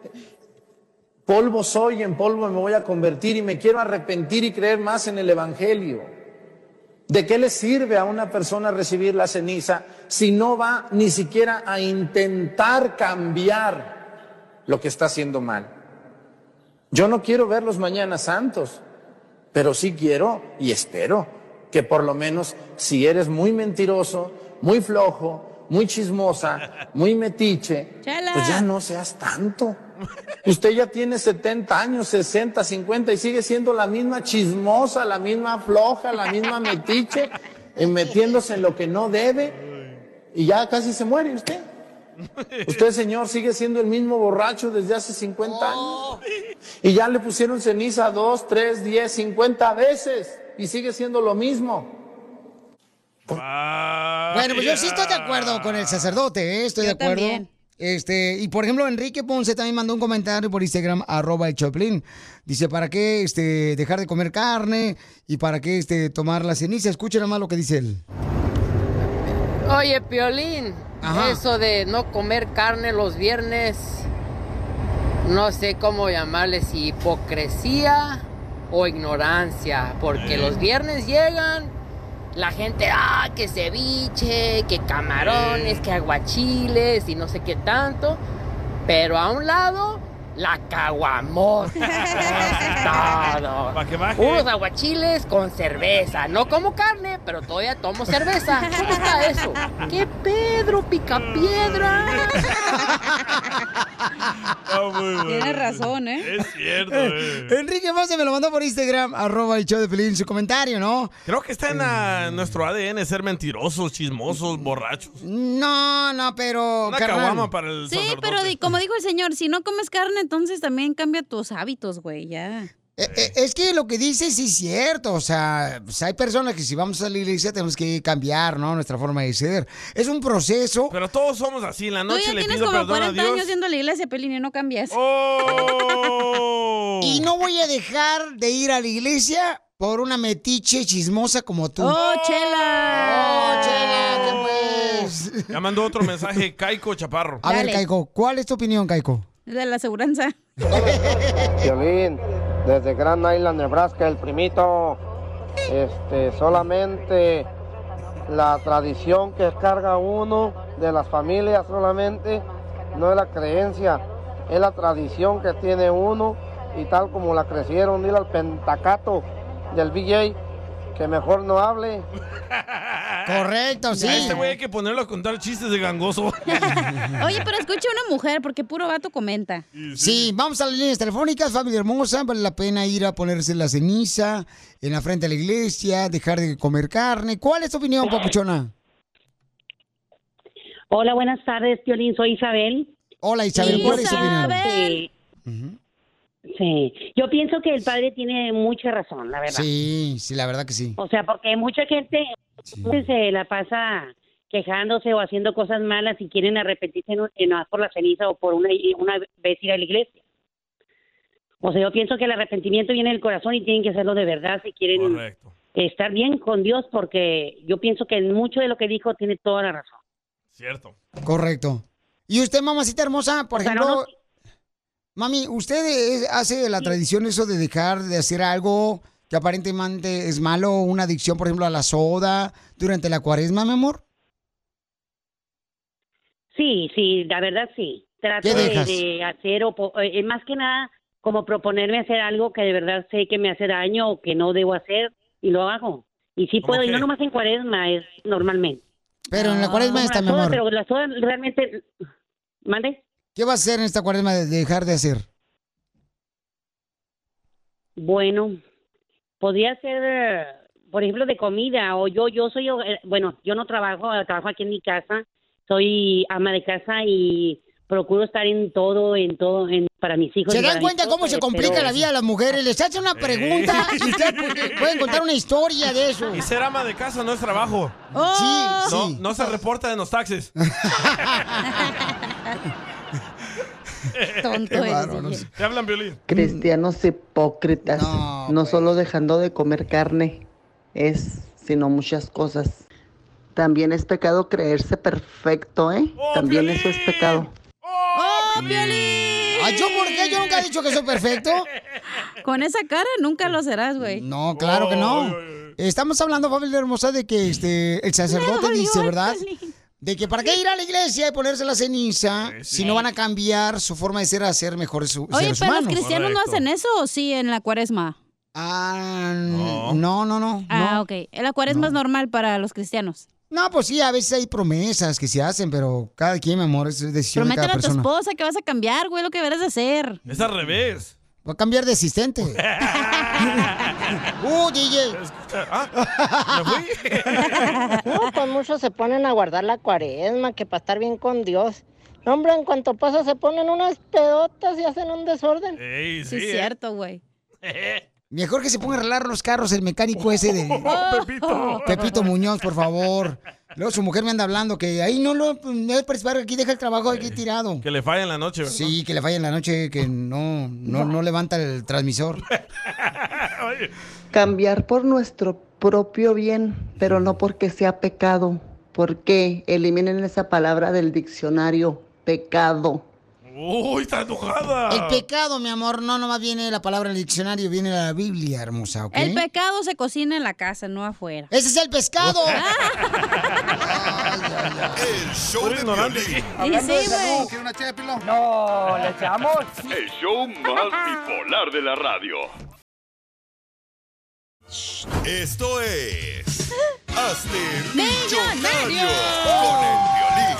polvo soy, en polvo me voy a convertir y me quiero arrepentir y creer más en el Evangelio. ¿De qué le sirve a una persona recibir la ceniza si no va ni siquiera a intentar cambiar lo que está haciendo mal? Yo no quiero ver los mañanas santos, pero sí quiero y espero que por lo menos, si eres muy mentiroso, muy flojo, muy chismosa, muy metiche, pues ya no seas tanto. Usted ya tiene 70 años, 60, 50 y sigue siendo la misma chismosa, la misma floja, la misma metiche, metiéndose en lo que no debe y ya casi se muere usted. Usted, señor, sigue siendo el mismo borracho desde hace 50 años y ya le pusieron ceniza 2, 3, 10, 50 veces y sigue siendo lo mismo. Bueno, pues yo sí estoy de acuerdo con el sacerdote, ¿eh? Estoy de acuerdo. también. Y por ejemplo, Enrique Ponce también mandó un comentario por Instagram, @el Choplin. Dice, ¿para qué dejar de comer carne? ¿Y para qué tomar la ceniza? Escuchen nomás lo que dice él. Oye, Piolín, eso de no comer carne los viernes, no sé cómo llamarle, si hipocresía o ignorancia, porque los viernes llegan, la gente, que ceviche, que camarones, que aguachiles y no sé qué tanto, pero a un lado, la caguamota. Todo. Pa' que baje. Unos aguachiles con cerveza. No como carne, pero todavía tomo cerveza. ¿Cómo está eso? ¿Qué Pedro Picapiedra? Tienes razón, ¿eh? Es cierto, Enrique Ponce me lo mandó por Instagram, @el show de Pelín, su comentario, ¿no? Creo que está en nuestro ADN ser mentirosos, chismosos, borrachos. No, pero... Una caguama para el Sí, sacerdote. pero como dijo el señor, si no comes carne, entonces también cambia tus hábitos, güey, ya. Es que lo que dice sí es cierto, o sea, pues hay personas que si vamos a la iglesia tenemos que cambiar, ¿no? Nuestra forma de ser. Es un proceso. Pero todos somos así, en la Tú noche ya le tienes pido como perdón a 40 Dios. años yendo a la iglesia, Pelín, y no cambias. Y no voy a dejar de ir a la iglesia por una metiche chismosa como tú. ¡Oh, Chela! ¿qué pues? Ya mandó otro mensaje, Caico Chaparro. A ver, Caico, ¿cuál es tu opinión, Caico? De la aseguranza. Piolín, desde Grand Island, Nebraska, el primito, solamente la tradición que carga uno de las familias solamente, no es la creencia, es la tradición que tiene uno y tal como la crecieron, dile al pentacato del BJ que mejor no hable. Correcto, sí. A este güey hay que ponerlo a contar chistes de gangoso. Oye, pero escucha una mujer, porque puro vato comenta. Sí, vamos a las líneas telefónicas, familia hermosa. Vale la pena ir a ponerse la ceniza en la frente de la iglesia, dejar de comer carne. ¿Cuál es tu opinión, papuchona? Hola, buenas tardes, Piolín. Soy Isabel. Hola, Isabel. ¿Cuál es tu opinión? Sí. Sí, yo pienso que el padre tiene mucha razón, la verdad. Sí, la verdad que sí. O sea, porque mucha gente se la pasa quejándose o haciendo cosas malas y quieren arrepentirse no por la ceniza o por una vez ir a la iglesia. O sea, yo pienso que el arrepentimiento viene del corazón y tienen que hacerlo de verdad si quieren estar bien con Dios, porque yo pienso que mucho de lo que dijo tiene toda la razón. Cierto. Correcto. ¿Y usted, mamacita hermosa, por ejemplo... Mami, ¿usted hace la tradición eso de dejar de hacer algo que aparentemente es malo, una adicción, por ejemplo, a la soda durante la cuaresma, mi amor? Sí, la verdad sí. Trato de hacer, más que nada, como proponerme hacer algo que de verdad sé que me hace daño o que no debo hacer, y lo hago. Y sí puedo, y no nomás en cuaresma, es normalmente. Pero en la cuaresma está, mi amor. Pero la soda realmente... ¿Mande? ¿Qué vas a hacer en esta cuaresma de dejar de hacer? Bueno, podría ser, por ejemplo, de comida, o yo soy, yo no trabajo aquí en mi casa, soy ama de casa y procuro estar en todo, para mis hijos. ¿Se dan cuenta cómo se complica la vida de las mujeres? Les hacen una pregunta y ustedes pueden contar una historia de eso. Y ser ama de casa no es trabajo. Sí. No se reporta en los taxes. Tonto eres. Te hablan, Violín. Cristianos hipócritas, no solo dejando de comer carne, sino muchas cosas. También es pecado creerse perfecto, ¿eh? También Piolín. Eso es pecado. ¡Oh, Piolín! ¿Yo por qué? Yo nunca he dicho que soy perfecto. Con esa cara nunca lo serás, güey. No, claro que no. Estamos hablando, familia hermosa, de que el sacerdote dice, ¿verdad? De que para qué ir a la iglesia y ponerse la ceniza si no van a cambiar su forma de ser a ser mejores seres humanos. Oye, pero los cristianos no hacen eso, ¿o sí, en la cuaresma? No. Ok. La cuaresma es normal para los cristianos. No, pues sí, a veces hay promesas que se hacen, pero cada quien, mi amor, es decisión de cada persona. Prométele a tu esposa que vas a cambiar, güey, lo que deberás de hacer. Es al revés. Va a cambiar de asistente. DJ. ¿Me fui? No, pues muchos se ponen a guardar la cuaresma, que para estar bien con Dios. No, hombre, en cuanto pasa se ponen unas pedotas y hacen un desorden. Sí, es cierto, güey. Mejor que se ponga a arreglar los carros el mecánico ese de... Pepito. Pepito Muñoz, por favor. Luego su mujer me anda hablando que ahí no es participar, aquí deja el trabajo aquí tirado. Que le falla en la noche, ¿verdad? Sí, que le falla en la noche, que no levanta el transmisor. Cambiar por nuestro propio bien, pero no porque sea pecado. ¿Por qué? Eliminen esa palabra del diccionario, pecado. ¡Uy, está enojada! El pecado, mi amor, no nomás viene la palabra en el diccionario, viene la Biblia, hermosa, ¿ok? El pecado se cocina en la casa, no afuera. ¡Ese es el pescado! El show de Piolín. Hablando de salud, ¿quiere una ché de pilón? No, ¿le echamos? El show más bipolar de la radio. Esto es Hazte ¡Millonario! con el Piolín.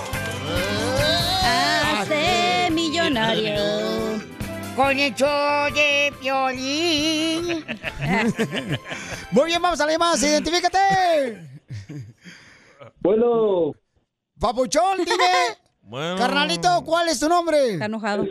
Hazte millonario. Con el show de Piolín. Muy bien, vamos a la llamada, identifícate. Bueno. Papuchón, dime. Bueno. Carnalito, ¿cuál es tu nombre? Está enojado.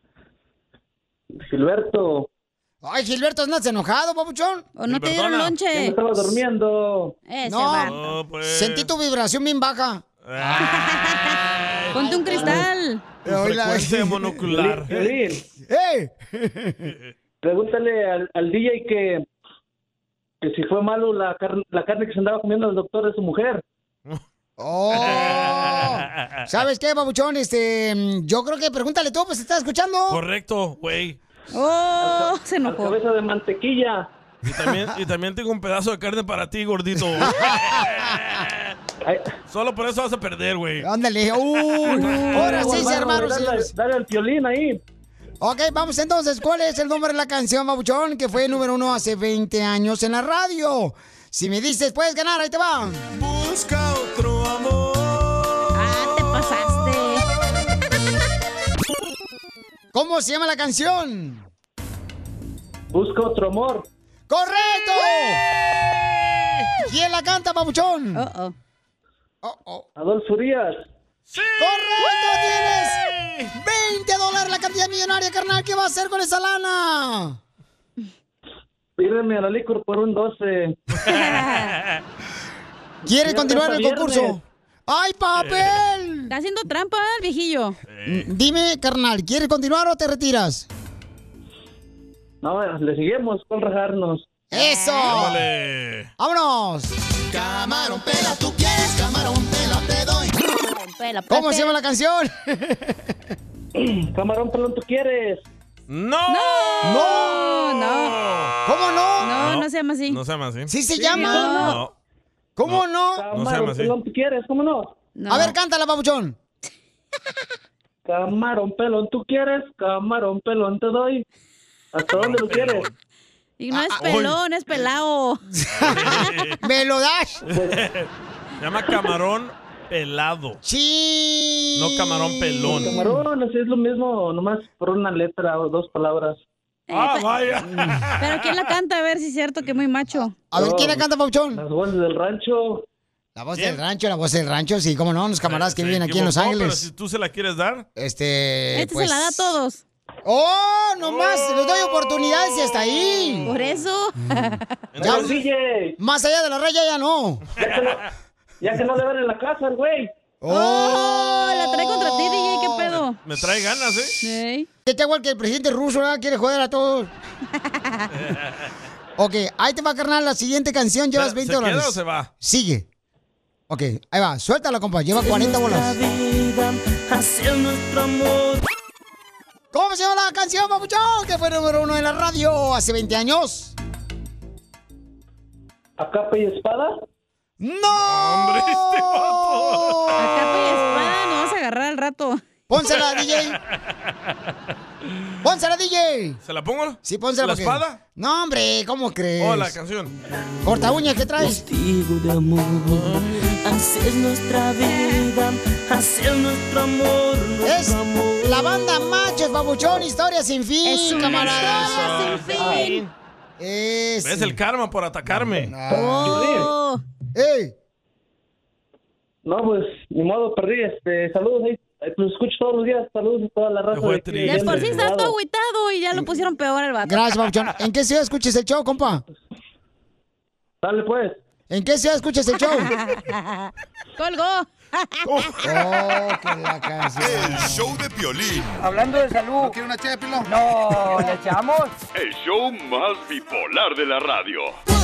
Gilberto. Ay, Gilberto, ¿estás enojado, papuchón? ¿O no te dieron lonche? Yo me estaba durmiendo. No, pues. sentí tu vibración bien baja. Ponte un cristal. Frecuencia monocular. Piolín, ¡Eh! pregúntale al DJ que si fue malo la carne que se andaba comiendo el doctor de su mujer. ¡Oh! ¿Sabes qué, papuchón? Yo creo que pregúntale tú, pues, ¿estás escuchando? Correcto, güey. ¡Oh! Se enojó. Cabeza de mantequilla. Y también tengo un pedazo de carne para ti, gordito. Solo por eso vas a perder, güey. Ándale. Ahora sí se armaron. Dale al Piolín ahí. Ok, vamos entonces. ¿Cuál es el nombre de la canción, papuchón, que fue número 1 hace 20 años en la radio? Si me dices, puedes ganar, ahí te va. Busca otro amor. Ah, te pasaste. ¿Cómo se llama la canción? Busca otro amor. ¡Correcto! ¿Quién la canta, papuchón? Adolfo Díaz. ¡Sí! ¡Correcto! ¡Tienes $20 la cantidad millonaria, carnal! ¿Qué va a hacer con esa lana? Pídeme a la licor por un 12. ¿Quieres continuar el concurso? ¡Ay, papel! Está haciendo trampa el viejillo. Dime, carnal, ¿quieres continuar o te retiras? No, le seguimos con rajarnos. ¡Eso! ¡Vámonos! ¡Vámonos! Camarón pela, tú quieres, camarón pela, te doy. ¿Cómo se llama la canción? Camarón pelón, ¿tú quieres? ¡No! ¿Cómo no? No se llama así. No se llama así. ¿Sí se llama? No. ¿Cómo no? Camarón pelón, ¿tú quieres? ¿Cómo no? A ver, cántala, papuchón. Camarón pelón, ¿tú quieres? Camarón pelón, te doy. ¿Hasta dónde lo quieres? Y no es pelón, es pelao. ¿Me lo das? Se llama camarón pelado. Sí. No camarón pelón. Camarón, así es lo mismo, nomás por una letra o dos palabras. Vaya. Pero ¿quién la canta? A ver si es cierto que es muy macho. A ver, ¿quién la canta, papuchón? Las voces del rancho. La voz del rancho, sí, cómo no, los camaradas que viven aquí en Los Ángeles. Pero si tú se la quieres dar. Pues... se la da a todos. ¡Oh, nomás! Les doy oportunidades y hasta ahí. Por eso. Ya, más allá de la raya ya no. Ya que no le ven en la casa, güey. ¡Oh! La trae contra ti, DJ, ¿qué pedo? Me trae ganas, ¿eh? Sí. Está igual que el presidente ruso, ¿verdad? Quiere joder a todos. Ok, ahí te va, carnal, la siguiente canción. Llevas $20. ¿Se queda o se va? Sigue. Ok, ahí va, suéltala, compa. Lleva 40 bolas. ¿Cómo se llama la canción, papuchón? Que fue número 1 en la radio hace 20 años. ¿A capa y espada? ¡No! ¡Hombre, este vato! A capa y espada no vas a agarrar al rato. ¡Pónsela, DJ! ¡Pónsela, DJ! ¿Se la pongo? Sí, pónsela. ¿La porque... espada? No, hombre, ¿cómo crees? Oh, la canción. Corta uñas, ¿qué traes? Testigo de amor, así es nuestra vida, así es nuestro amor, Es la banda Machos, papuchón, historia sin fin, Es una camarada. historia sin fin. Es el karma por atacarme. Oh. ¡Ey! No, pues, ni modo, perdí. Saludos ahí. Los escucho todos los días. Saludos a toda la raza. De por sí está todo agüitado y ya lo pusieron peor al vato. Gracias, papuchón. ¿En qué ciudad escuchas el show, compa? Dale, pues. ¿En qué ciudad escuchas el show? ¡Colgó! Oh, que la canción. El show de Piolín. Hablando de salud. ¿No quiere una ché de pilón? No, ¿le echamos? El show más bipolar de la radio.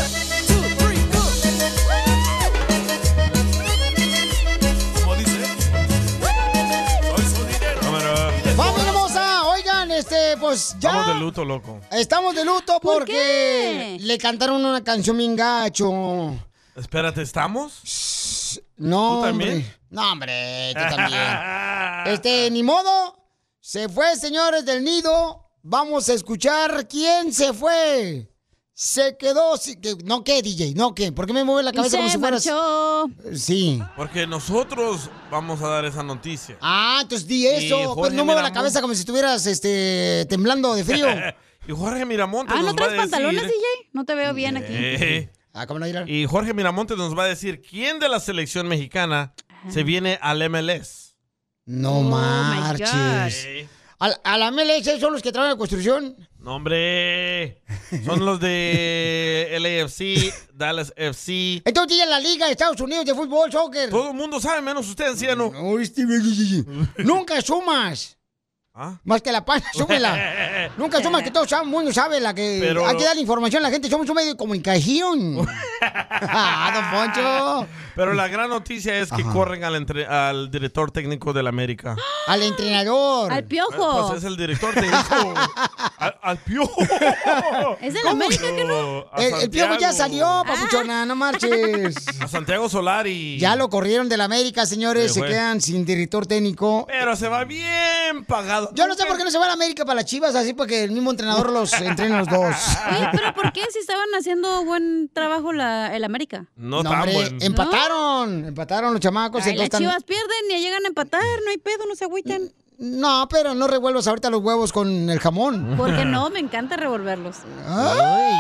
¡Familia hermosa! Oigan, pues ya... Estamos de luto, loco. Estamos de luto ¿Por porque qué? le cantaron una canción bien gacho. Espérate, ¿estamos? No, ¿Tú también? hombre. No, hombre, tú también. Ni modo. Se fue, señores del nido. Vamos a escuchar quién se fue. Se quedó... No, ¿qué, DJ? No, ¿qué? ¿Por qué me mueve la cabeza como si fueras...? Sí. Porque nosotros vamos a dar esa noticia. Ah, entonces di eso. Y Pues Jorge no mueve la Miramón- cabeza como si estuvieras temblando de frío. Y Jorge Miramontes Ah, nos ¿no va a traes decir... pantalones, DJ? No te veo bien aquí. ¿Cómo no, Irán? Y Jorge Miramontes nos va a decir quién de la selección mexicana se viene al MLS. No marches. ¿A la MLS son los que traen la construcción? No, hombre. Son los de LAFC, Dallas FC. Entonces ya la Liga de Estados Unidos de fútbol, soccer. Todo el mundo sabe, menos usted, anciano. Nunca sumas. ¿Ah? Más que la panza, súmela. Nunca sumas, que todo el mundo sabe la que... Pero- Hay que dar la información a la gente, somos un medio de comunicación. Don Poncho. Pero la gran noticia es que corren al director técnico del América. Al entrenador. Al Piojo. Pues es el director técnico. al Piojo. ¿Es del América que no? A El Piojo ya Santiago. salió, papuchona, no marches. A Santiago Solari. Ya lo corrieron del América, señores. Se Se fue. quedan sin director técnico. Pero se va bien pagado. Yo no sé por qué no se va a la América para las Chivas, así porque el mismo entrenador los entrena los dos. Oye, pero ¿por qué si estaban haciendo buen trabajo el América? No, No, tan hombre, bueno. empataron los chamacos. Ay, las entonces Chivas pierden y llegan a empatar, no hay pedo, no se agüitan. No, pero no revuelvas ahorita los huevos con el jamón. Porque no, me encanta revolverlos. Ay,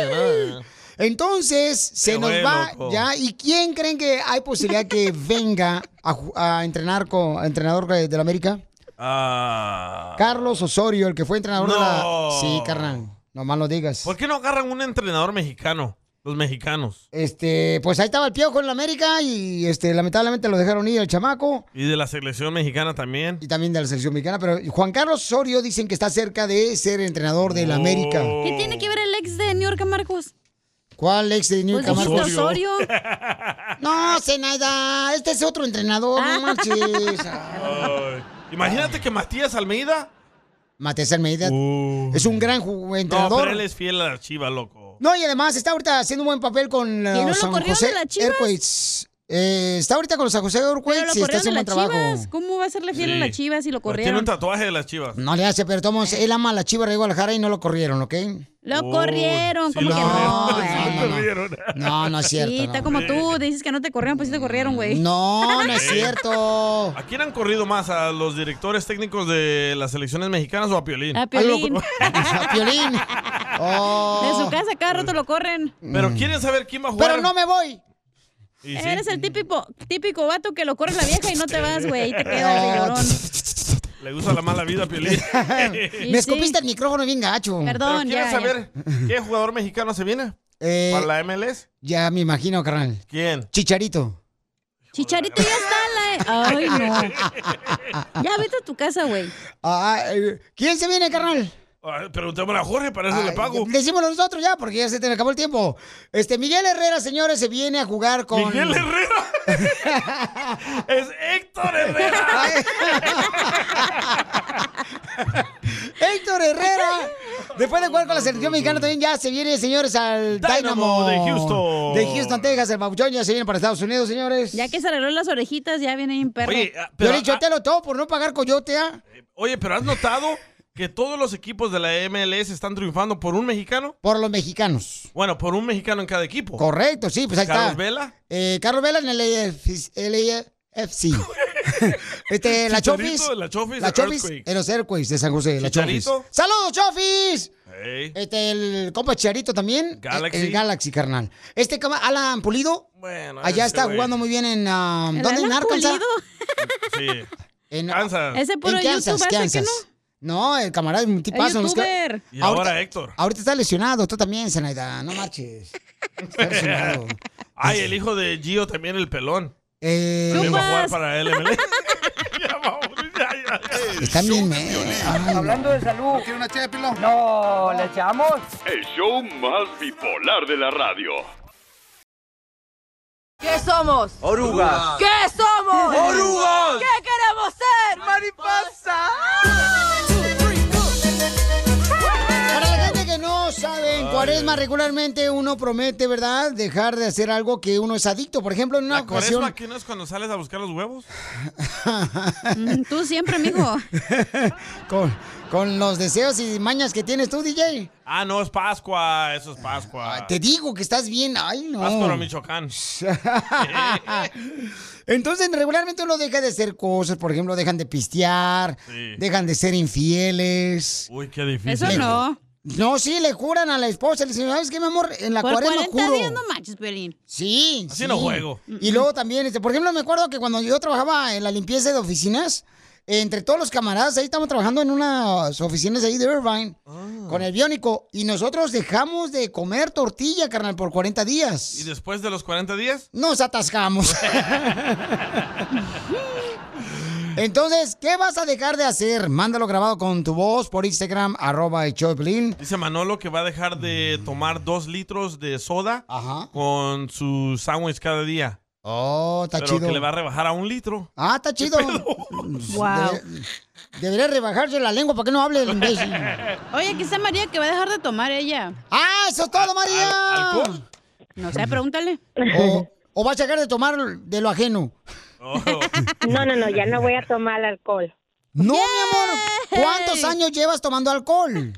entonces, se Qué nos bueno, va loco. ya. ¿Y quién creen que hay posibilidad que venga a entrenar con entrenador del América? Ah. Carlos Osorio, el que fue entrenador de la... No. Sí, carnal. Nomás lo digas. ¿Por qué no agarran un entrenador mexicano? Los mexicanos. Pues ahí estaba el Piojo en la América y lamentablemente lo dejaron ir el chamaco. Y de la selección mexicana también. Y también de la selección mexicana, pero Juan Carlos Osorio dicen que está cerca de ser entrenador del América. ¿Qué tiene que ver el ex de New York, Marcos? ¿Cuál ex de New Pues York? dijiste Osorio. No, Zenaida, este es otro entrenador, no marches. Ay. Imagínate que Matías Almeida. Matías Almeida es un gran No, entrenador. pero él es fiel a la Chiva, loco. No, y además está ahorita haciendo un buen papel con no lo San corrieron José de las Chivas? Earthquakes. Está ahorita con los San José Pero Earthquakes lo y está corrieron de haciendo un las buen trabajo. Chivas. ¿Cómo va a serle fiel a Sí. las Chivas si lo Tiene corrieron? un tatuaje de las Chivas. No le hace, pero Tomás, él ama a la Chivas de Guadalajara y no lo corrieron, ¿ok? Lo corrieron, sí ¿cómo lo que no? corrieron. No, no es cierto. Sí, está no. como tú, dices que no te corrieron, pues sí te corrieron, güey. No, no es cierto. ¿A quién han corrido más? ¿A los directores técnicos de las selecciones mexicanas o a Piolín? A Piolín. A Piolín. Oh. De su casa cada rato lo corren. Pero ¿quieren saber quién va a jugar? Pero no me voy. Y sí. Eres el típico vato que lo corre la vieja y no te vas, güey. Y te quedas de llorón. Le gusta la mala vida a Piolín. Me escupiste el micrófono bien gacho. ¿Pero Perdón, quieren ya. saber qué jugador mexicano se viene? ¿Para la MLS? Ya me imagino, carnal. ¿Quién? Chicharito. Chicharito ya está en la... Ay, no. Ya vete a tu casa, güey. ¿Quién se viene, carnal? Preguntémosle a Jorge, para eso le pago. Decímoslo nosotros ya, porque ya se te acabó el tiempo. Miguel Herrera, señores, se viene a jugar con... ¿Miguel Herrera? ¡Es Héctor Herrera! Héctor Herrera, después de jugar con la selección mexicana, también ya se viene, señores, al Dynamo Dynamo de Houston. De Houston, Texas, el Papuchón ya se viene para Estados Unidos, señores. Ya que se arregló las orejitas, ya viene un perro. Oye, Yo le he dicho, te lo todo por no pagar coyote, ¿ah? Oye, pero ¿has notado que todos los equipos de la MLS están triunfando por un mexicano? Por los mexicanos. Bueno, por un mexicano en cada equipo. Correcto, sí, pues ahí ¿Carlos está. Vela? Carlos Vela en el LAFC. La Chofis. La Chofis, La Chofis Earthquakes. en los Airquays de San José. La Chofis. Chicharito. ¡Saludos, Chofis! Hey. El compa Chicharito también. Galaxy. El Galaxy, carnal. Alan Pulido. Bueno, Allá ese está güey. jugando muy bien en... ¿dónde? Alan ¿En Arkansas? Pulido? Sí. En Kansas. Ese puro en Kansas, YouTube hace que Kansas. No, el camarada es un tipazo. El ¿no? Es que- youtuber. Y ahora Héctor. Ahorita está lesionado. Tú también, Zenaida. No marches. Está lesionado. Ay, el hijo de Gio también, el pelón. ¿Quién va a jugar para el MLE? Están bien, Hablando de salud. ¿Quiere una ché de pilón? No, ¿le echamos? El show más bipolar de la radio. ¿Qué somos? Orugas. ¿Qué somos? Orugas. ¿Qué queremos ser? Mariposa. Para la gente que no sabe, en Cuaresma regularmente uno promete, ¿verdad?, dejar de hacer algo que uno es adicto. Por ejemplo, en una ¿La ocasión... Cuaresma qué no es cuando sales a buscar los huevos? Tú siempre, mijo. Con los deseos y mañas que tienes tú, DJ. Ah, no, es Pascua. Eso es Pascua. Te digo que estás bien. Ay, no. Pascua, Michoacán. Entonces, regularmente uno deja de hacer cosas. Por ejemplo, dejan de pistear, dejan de ser infieles. Uy, qué difícil. Eso no. No, sí, le juran a la esposa. Le dicen, ¿sabes qué, mi amor? En la Por Cuaresma 40 juro. días no manches, Pelín. Sí, Así sí. no juego. Y luego también, por ejemplo, me acuerdo que cuando yo trabajaba en la limpieza de oficinas, entre todos los camaradas, ahí estamos trabajando en unas oficinas ahí de Irvine, con el Biónico, y nosotros dejamos de comer tortilla, carnal, por 40 días. ¿Y después de los 40 días? Nos atascamos. Entonces, ¿qué vas a dejar de hacer? Mándalo grabado con tu voz por Instagram, @el_show_de_Piolín. Dice Manolo que va a dejar de tomar 2 litros de soda con su sándwich cada día. Oh, está Pero chido. que le va a rebajar a 1 litro. Ah, está chido. Wow. Debería rebajarse la lengua para que no hable el imbécil. Oye, aquí está María que va a dejar de tomar ella. ¡Ah, eso es todo, María! ¿Alcohol? No sé, pregúntale. ¿O vas a dejar de tomar de lo ajeno? No, ya no voy a tomar alcohol. No, mi amor. ¿Cuántos años llevas tomando alcohol?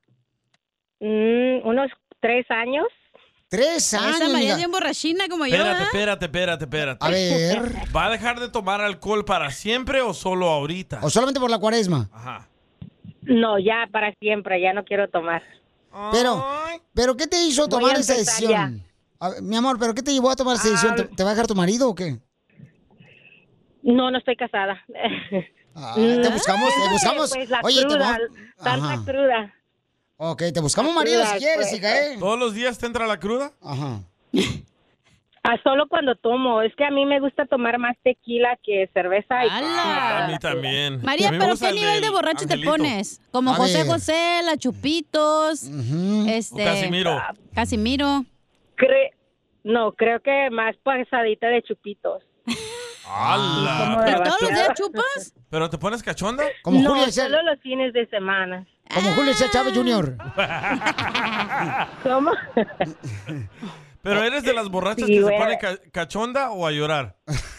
Unos 3 años. 3 años. Esa María amiga. es bien borrachina como yo. Espérate. A ver. ¿Va a dejar de tomar alcohol para siempre o solo ahorita? ¿O solamente por la Cuaresma? Ajá. No, ya para siempre, ya no quiero tomar. Pero ¿qué te hizo Voy tomar a esa empezar decisión? A ver, mi amor, ¿pero qué te llevó a tomar esa decisión? ¿Te va a dejar tu marido o qué? No estoy casada. Te buscamos. Pues la Oye, cruda, tanta Ajá. cruda. Ok, te buscamos marido si quieres, pues. hija, ¿eh? ¿Todos los días te entra la cruda? Ajá. Solo cuando tomo. Es que a mí me gusta tomar más tequila que cerveza. A mí también. María, A mí me ¿pero gusta qué el nivel de del borracho Angelito. te pones? Como A José ver. José, la Chupitos, O Casimiro. Casimiro. No, creo que más pasadita de chupitos. ¡Hala! ¿Y todos los días chupas? ¿Pero te pones cachonda? Como no, Julio César. solo los fines de semana. Como Julio César Chávez Jr. ¿Cómo? ¿Pero eres de las borrachas Sí, que se güey. pone cachonda o a llorar?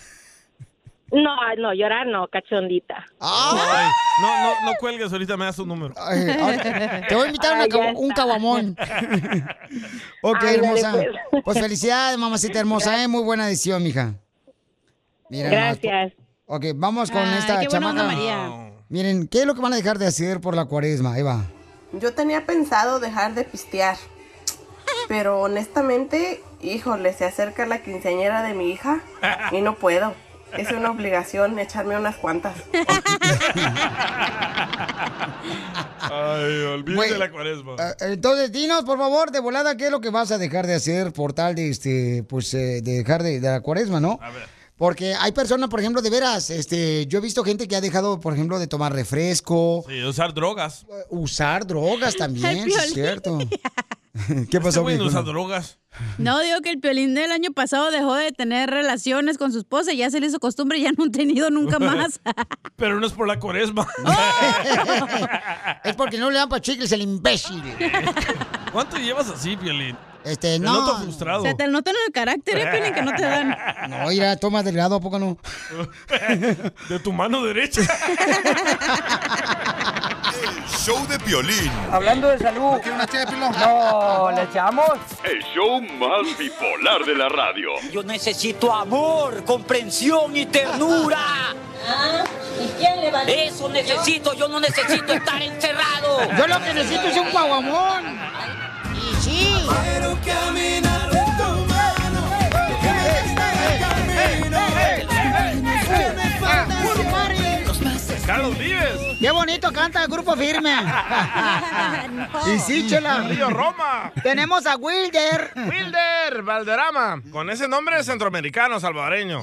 No, llorar no, cachondita. Ay, no cuelgues, ahorita me das tu número. Te voy a invitar un caguamón. Ok, Ándale, hermosa. pues. Pues felicidades, mamacita hermosa, ¿eh? Muy buena decisión, mija. Mira, Gracias. Ok, vamos con Ay, esta qué buena onda, chamaca. María. Miren, ¿qué es lo que van a dejar de hacer por la Cuaresma? Ahí va. Yo tenía pensado dejar de pistear, pero honestamente, híjole, se acerca la quinceañera de mi hija y no puedo. Es una obligación echarme unas cuantas. Ay, olvídate de la Cuaresma. Entonces, dinos, por favor, de volada, ¿qué es lo que vas a dejar de hacer por tal de, de dejar de la Cuaresma, ¿no? A ver. Porque hay personas, por ejemplo, de veras, yo he visto gente que ha dejado, por ejemplo, de tomar refresco. Sí, usar drogas. Usar drogas también, sí, es Piolín. cierto. ¿Qué pasó, güey no viejo? usa drogas. No, digo que el Piolín del año pasado dejó de tener relaciones con su esposa y ya se le hizo costumbre y ya no han tenido nunca más. Pero no es por la Cuaresma. Es porque no le dan pa' chicles el imbécil. ¿Cuánto llevas así, Piolín? No. noto frustrado. Se te nota en el carácter, Piolín, que no te dan. No, mira, toma delgado, ¿a poco no? De tu mano derecha. Show de Piolín. Hablando de salud. ¿Quiere una ché de pilón? No, ¿le echamos? El show más bipolar de la radio. Yo necesito amor, comprensión y ternura. ¿Y quién le va a decir? Eso necesito, yo no necesito estar encerrado. Yo lo que necesito es un caguamón. Y sí. Quiero caminar de tu mano. Carlos Vives. Qué bonito canta el Grupo Firme. Y sí, Chela. Río Roma. Tenemos a Wilder. Wilder Valderrama. Con ese nombre centroamericano, salvadoreño.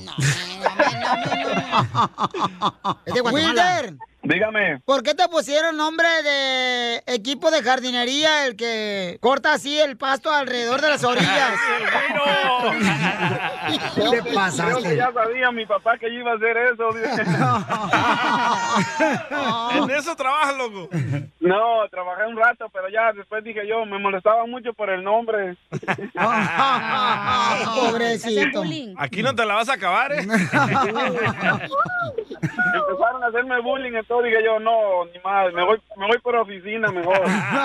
Wilder. Dígame. ¿Por qué te pusieron nombre de equipo de jardinería el que corta así el pasto alrededor de las orillas? ¿Qué le pasaste? Creo que ya sabía mi papá que yo iba a hacer eso. ¿En eso trabajas, loco? No, trabajé un rato, pero ya después dije yo, me molestaba mucho por el nombre. Pobrecito. Aquí no te la vas a acabar, ¿eh? Empezaron a hacerme bullying, entonces dije yo, no, ni más, me voy por oficina mejor.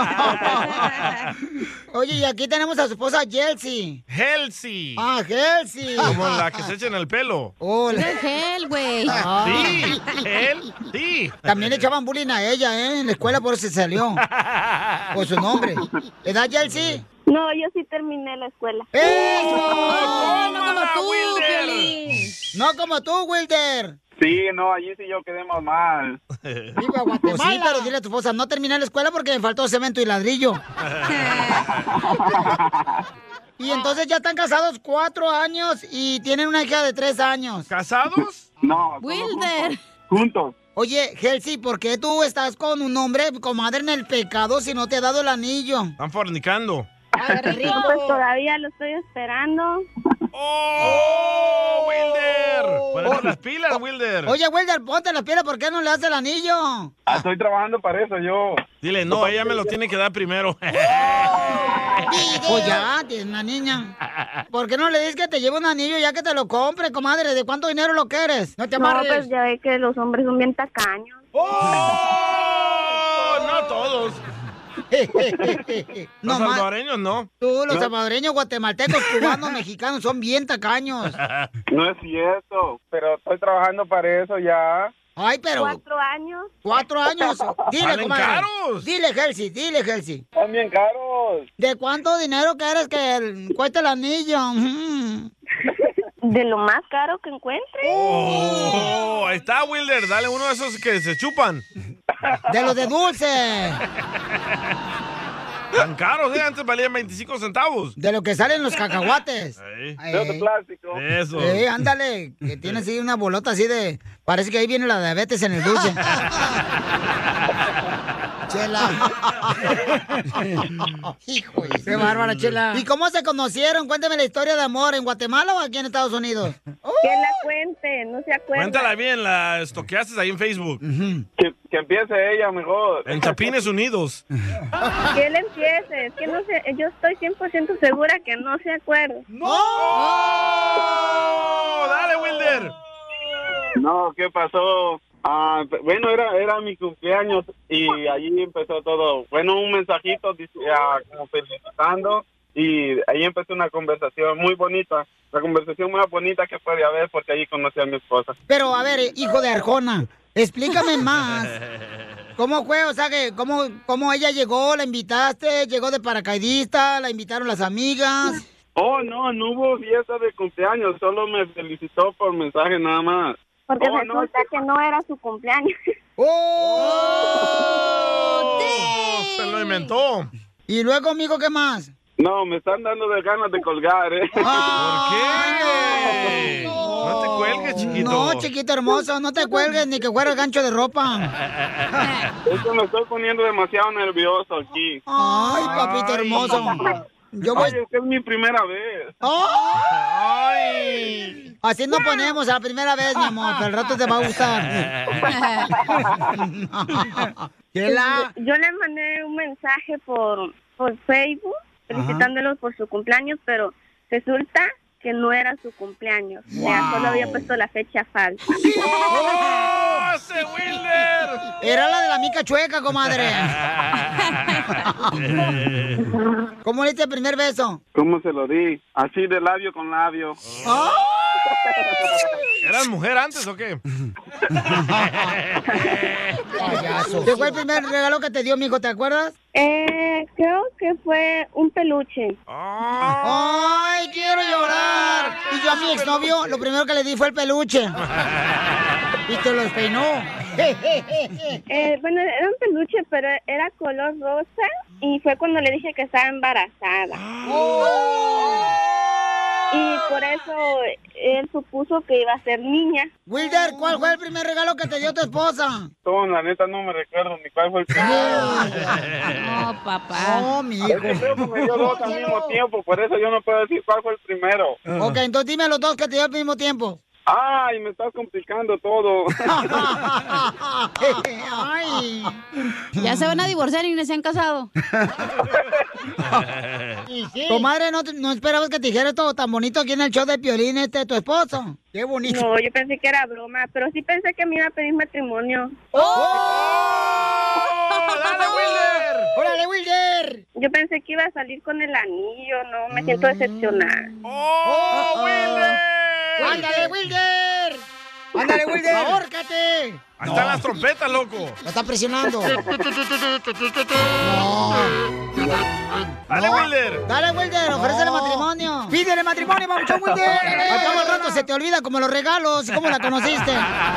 Oye, y aquí tenemos a su esposa Yelsi. Helsi. Ah, Helsi. Como la que se echa en el pelo. Oh, Es gel, güey. Sí, él, sí. También le echaban bullying a ella, En la escuela por eso se salió. Por su nombre. ¿Edad, Yelsi? No, yo sí terminé la escuela. ¡Eso! No como tú, Piolín. No como tú, Wilder. Sí, no, allí sí yo quedé más mal. ¡Viva Guatemala! Pues sí, pero dile a tu esposa, no terminé la escuela porque me faltó cemento y ladrillo. Y entonces ya están casados 4 años y tienen una hija de 3 años. ¿Casados? No. Wilder. Juntos. Oye, Helsi, ¿por qué tú estás con un hombre, comadre, en el pecado si no te ha dado el anillo? Están fornicando. No, pues todavía lo estoy esperando. ¡Oh, Wilder! Ponete las pilas, Wilder. Oye, Wilder, ponte las pilas, ¿por qué no le das el anillo? Estoy trabajando para eso yo. Dile, no, ella me lo tiene que dar primero. Pues ya, tienes una niña. ¿Por qué no le dices que te lleve un anillo ya que te lo compre, comadre? ¿De cuánto dinero lo quieres? No te amarres. No, pues ya ve que los hombres son bien tacaños. ¡Oh! No todos. Los salvadoreños no. Tú, los salvadoreños, guatemaltecos, cubanos, mexicanos son bien tacaños. No es cierto, pero estoy trabajando para eso ya. Ay, pero... 4 años. 4 años. Dile, ¡Salen comadre. caros! Dile, Helsi, dile, Helsi. Están bien caros. ¿De cuánto dinero quieres que cueste el anillo? De lo más caro que encuentre. Oh, ahí está, Wilder. Dale uno de esos que se chupan. De los de dulce. Tan caros, antes valían 25 centavos. De lo que salen los cacahuates. De plástico. Eso. Ándale, que tiene así una bolota así de... Parece que ahí viene la diabetes en el dulce. Chela. Hijo, qué bárbara, Chela. ¿Y cómo se conocieron? Cuéntame la historia de amor, ¿en Guatemala o aquí en Estados Unidos? Que la cuente, no se acuerda. Cuéntala bien, la estoqueaste ahí en Facebook. Que empiece ella mejor. En Chapines Unidos. Que él empiece, es que no sé, yo estoy 100% segura que no se acuerda. ¡No! ¡Oh! ¡Dale, Wilder! No, ¿qué pasó? Bueno, era mi cumpleaños y allí empezó todo. Bueno, un mensajito como felicitando y ahí empezó una conversación muy bonita. La conversación más bonita que puede haber porque allí conocí a mi esposa. Pero, a ver, hijo de Arjona, explícame más. ¿Cómo fue? O sea, que ¿cómo ella llegó? ¿La invitaste? ¿Llegó de paracaidista? ¿La invitaron las amigas? Oh, no hubo fiesta de cumpleaños. Solo me felicitó por mensaje nada más. Porque resulta que no era su cumpleaños. ¡Oh! Se lo inventó. ¿Y luego, amigo, qué más? No, me están dando de ganas de colgar, ¿eh? ¿Por qué? No te cuelgues, chiquito. No, chiquito hermoso, no te cuelgues ni que fuera el gancho de ropa. Es que me estoy poniendo demasiado nervioso aquí. Ay, papito hermoso. Oye, es mi primera vez. ¡Ay! Así nos ponemos a la primera vez, mi amor, pero al rato te va a gustar. Yo le mandé un mensaje por Facebook felicitándolos por su cumpleaños, pero resulta que no era su cumpleaños. Wow. O sea, solo había puesto la fecha falsa. ¡Oh, ese Wilder! Era la de la mica chueca, comadre. ¿Cómo le diste el primer beso? ¿Cómo se lo di? Así de labio con labio. ¡Oh! ¿Eras mujer antes o qué? ¿Qué fue el primer regalo que te dio, mijo? ¿Te acuerdas? Creo que fue un peluche. ¡Ay, quiero llorar! Y yo a mi exnovio, lo primero que le di fue el peluche. Y te lo despeinó. Bueno, era un peluche, pero era color rosa y fue cuando le dije que estaba embarazada. Y por eso él supuso que iba a ser niña. Wilder, ¿cuál fue el primer regalo que te dio tu esposa? No, la neta no me recuerdo ni cuál fue el primero. No, papá. No, mi hijo. Es que creo que me dio dos al mismo tiempo, por eso yo no puedo decir cuál fue el primero. Ok, entonces dime los dos que te dio al mismo tiempo. Ay, me estás complicando todo. Ay. Ya se van a divorciar y ni se han casado. Comadre, ¿no esperabas que te dijera todo tan bonito aquí en el show de Piolín tu esposo? Qué bonito. No, yo pensé que era broma, pero sí pensé que me iba a pedir matrimonio. ¡Dale, Wilder! ¡Órale, Wilder! Yo pensé que iba a salir con el anillo, no, me siento decepcionada. ¡Oh, Wilder! ¡Ándale, Wilder! ¡Ándale, Wilder! ¡Ahórcate! Ahí están las trompetas, loco. Lo está presionando. Dale, Wilder. Dale, Wilder, ofrécele matrimonio. Pídele matrimonio, mamuchón, Wilder. Al cabo al rato se te olvida como los regalos y cómo la conociste.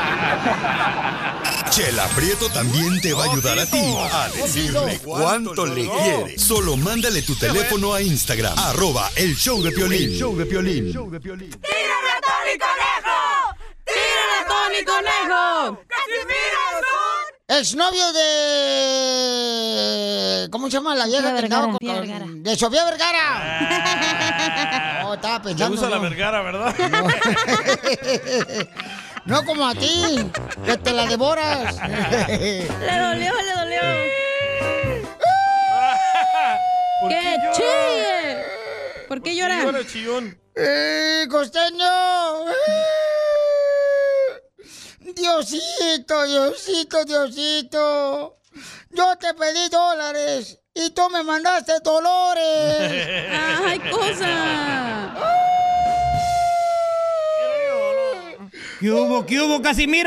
Chela Prieto también te va a ayudar a ti a decirle cuánto le quiere. Solo mándale tu teléfono a Instagram, @elshowdepiolín. El show de Piolín. ¡Tírame a Tony Conejo! ¡Tírame a Tony Conejo! ¡Casimiro es un... Exnovio de... ¿Cómo se llama la vieja que andaba con... De Sofía Vergara. No, estaba pensando. Te gusta la Vergara, ¿verdad? No como a ti, que te la devoras. Le dolió. ¡Qué chille! ¿Por qué llora? ¿Por qué llora, chillón? Costeño. Diosito. Yo te pedí $, y tú me mandaste dolores. ¡Ay, cosa! ¿Qué hubo, Casimiro?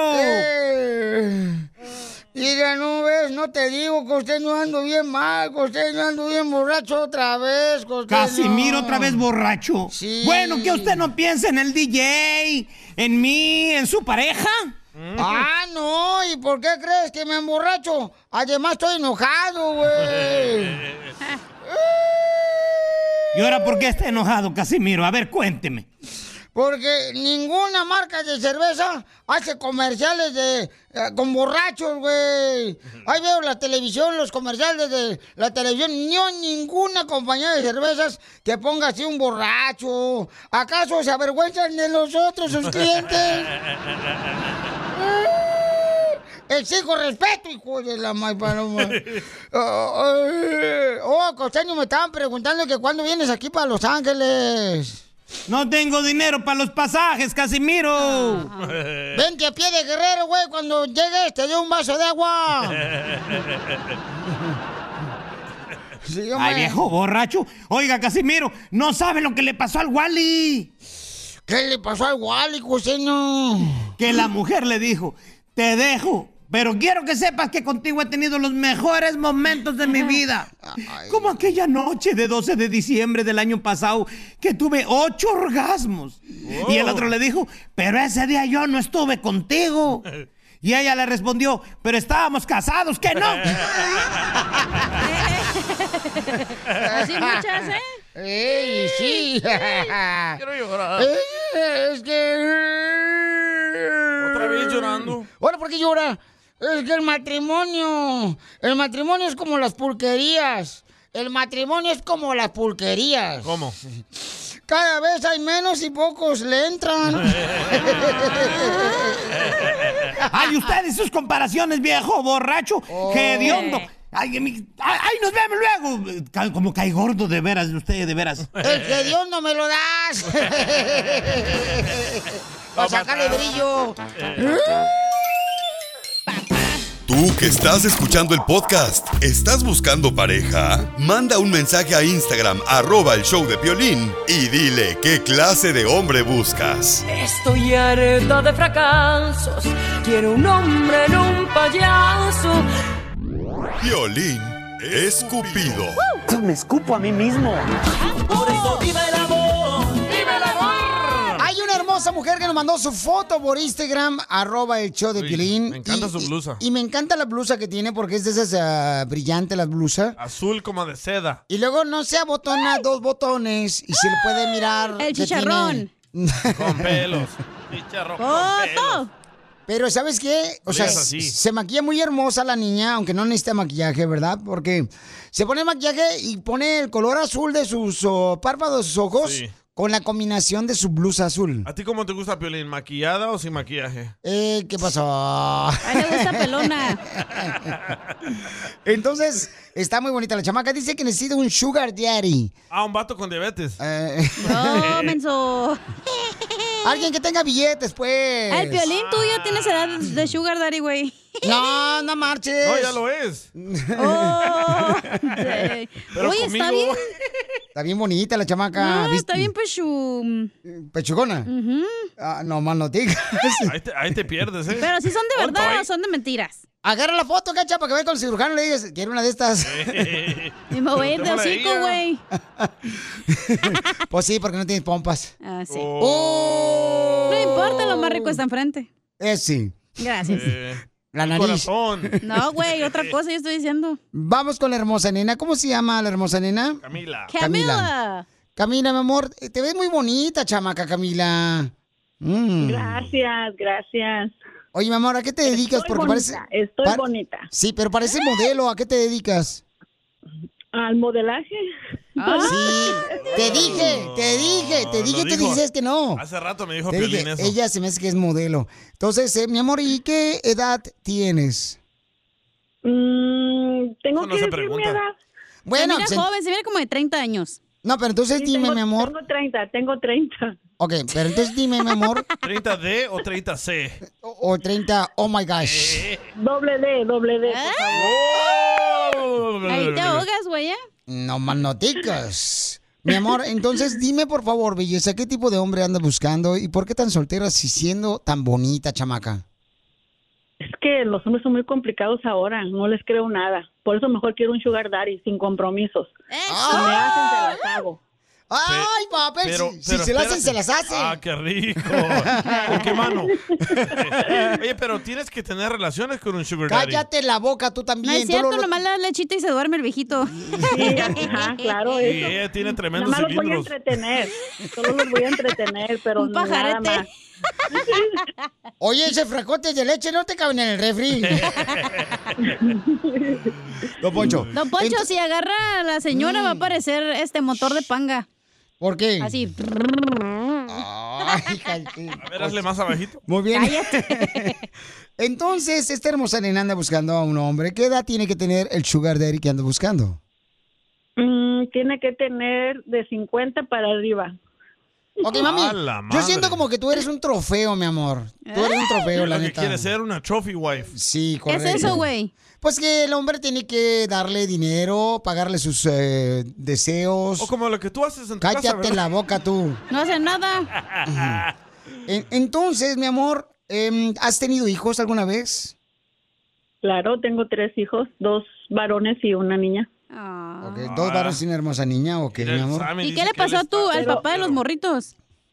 Mira, no ves, no te digo, Costeño, ando bien mal, Costeño, ando bien borracho otra vez, Costeño. Casimiro otra vez borracho. Sí. Bueno, que usted no piense en el DJ, en mí, en su pareja. Ah, no, ¿y por qué crees que me emborracho? Además estoy enojado, güey. ¿Y ahora por qué está enojado, Casimiro? A ver, cuénteme. Porque ninguna marca de cerveza hace comerciales con borrachos, güey. Ahí veo la televisión, los comerciales de la televisión. No, ninguna compañía de cervezas que ponga así un borracho. ¿Acaso se avergüenzan de nosotros, sus clientes? Exijo respeto, hijo de la may paloma. Costeño, me estaban preguntando que cuándo vienes aquí para Los Ángeles. No tengo dinero para los pasajes, Casimiro. Vente a pie de Guerrero, güey. Cuando llegues te doy un vaso de agua. Sí, ay, viejo borracho. Oiga, Casimiro, no sabe lo que le pasó al Wally. ¿Qué le pasó al Wally, costeño? Que la mujer le dijo, te dejo, pero quiero que sepas que contigo he tenido los mejores momentos de mi vida. Ay. Como aquella noche de 12 de diciembre del año pasado que tuve 8 orgasmos. Oh. Y el otro le dijo, pero ese día yo no estuve contigo. Y ella le respondió, pero estábamos casados, ¿que no? Así muchas, ¡Ey, sí! Quiero llorar. Es que... ¿Otra vez llorando? ¿Ahora por qué llora? Es que el matrimonio es como las pulquerías. El matrimonio es como las pulquerías. ¿Cómo? Cada vez hay menos y pocos le entran. Ay, usted y sus comparaciones, viejo borracho, hediondo. Ay, nos vemos luego. Como cae gordo de veras, usted de veras. El hediondo me lo das. Para sacarle brillo. Tú que estás escuchando el podcast, ¿estás buscando pareja? Manda un mensaje a Instagram, @elshowdepiolín, y dile qué clase de hombre buscas. Estoy harta de fracasos, quiero un hombre en un payaso. Piolín escupido. Me escupo a mí mismo. Por eso viva el amor, viva el amor. Hay una hermosa hermosa mujer que nos mandó su foto por Instagram, @el-show-de-Piolín. Me encanta su blusa. Y me encanta la blusa que tiene porque es de esas brillante la blusa. Azul como de seda. Y luego no se abotona 2 botones y se le puede mirar. El que chicharrón. Con pelos. Chicharrón con pelos. Pero ¿sabes qué? O sea, Es así. se maquilla muy hermosa la niña, aunque no necesita maquillaje, ¿verdad? Porque se pone maquillaje y pone el color azul de sus párpados, de sus ojos, Sí. con la combinación de su blusa azul. ¿A ti cómo te gusta, Piolín? ¿Maquillada o sin maquillaje? ¿Qué pasó? A mí me gusta pelona. Entonces, está muy bonita la chamaca. Dice que necesita un sugar daddy. Ah, un vato con diabetes. No, menso. Alguien que tenga billetes, pues. El Piolín, tú ya tienes edad de sugar daddy, güey. No, no marches. No, ya lo es. Oh, Pero oye, conmigo. está bien. Está bien bonita la chamaca. No, está bien ¿Pechugona? No más no digas. Ahí te pierdes, ¿eh? Pero si son de Tonto, verdad ahí. o son de mentiras. Agarra la foto, cacha, para que vaya con el cirujano y le digas, quiero una de estas. Y me voy a ir de hocico, güey. Pues sí, porque no tienes pompas. Ah, sí. ¡Oh! No importa, lo más rico está enfrente. Sí. Gracias. La nariz. No, güey, otra cosa yo estoy diciendo. Vamos con la hermosa nena. ¿Cómo se llama la hermosa nena? Camila. Camila, mi amor, te ves muy bonita, chamaca, Camila. Gracias. Oye, mi amor, ¿a qué te dedicas? Porque Estoy bonita. Sí, pero parece modelo. ¿A qué te dedicas? Al modelaje. Sí, te dije, tú dices que no. Hace rato me dijo Te dije, Piolín eso. ella se me hace que es modelo. Entonces, mi amor, ¿y qué edad tienes? Tengo Eso no que se decir pregunta. mi edad. Bueno, se mira joven, se mira como de 30 años. No, pero entonces dime, mi amor. Tengo 30. Ok, pero entonces dime, mi amor. ¿30D o 30C? O 30, oh my gosh. Doble D, por favor. Ahí te ahogas, güey, ¿eh? No más noticas. Mi amor, entonces dime por favor, belleza, ¿qué tipo de hombre andas buscando y por qué tan soltera si siendo tan bonita, chamaca? Es que los hombres son muy complicados ahora, no les creo nada. Por eso mejor quiero un sugar daddy sin compromisos. Si me hacen, se las hago. ¡Ay, papel! Si se las hacen, se las hacen. ¡Ah, qué rico! ¿Con qué mano? Oye, pero tienes que tener relaciones con un sugar daddy. Cállate la boca, tú también. No es cierto, nomás le das lechita y se duerme el viejito. Sí, ajá, claro. Y Eso. ella tiene tremendos Nada más los voy a cilindros. entretener. Solo los voy a entretener, pero Un nada pajarete. más. Oye, ese fracote de leche no te caben en el refri. Don Poncho. Don Poncho, si agarra a la señora va a aparecer este motor de panga. ¿Por qué? Así. Ay, A ver, hazle más abajito. Muy bien. Cállate. Entonces, esta hermosa nena anda buscando a un hombre. ¿Qué edad tiene que tener el sugar daddy que anda buscando? Tiene que tener de 50 para arriba. Ok, mami, ¡A la yo madre! siento como que tú eres un trofeo, mi amor. Tú eres un trofeo, la Lo que neta. quiere ser una trophy wife. Sí, ¿Qué correcto. es eso, güey? Pues que el hombre tiene que darle dinero, pagarle sus deseos. O como lo que tú haces en tu casa, Cállate ¿verdad? la boca tú. No hace nada. Entonces, mi amor, ¿has tenido hijos alguna vez? Claro, tengo 3 hijos, 2 varones y una niña. Ok, 2 varones y una hermosa niña, ok, mi amor. ¿Y qué le pasó al papá de los morritos?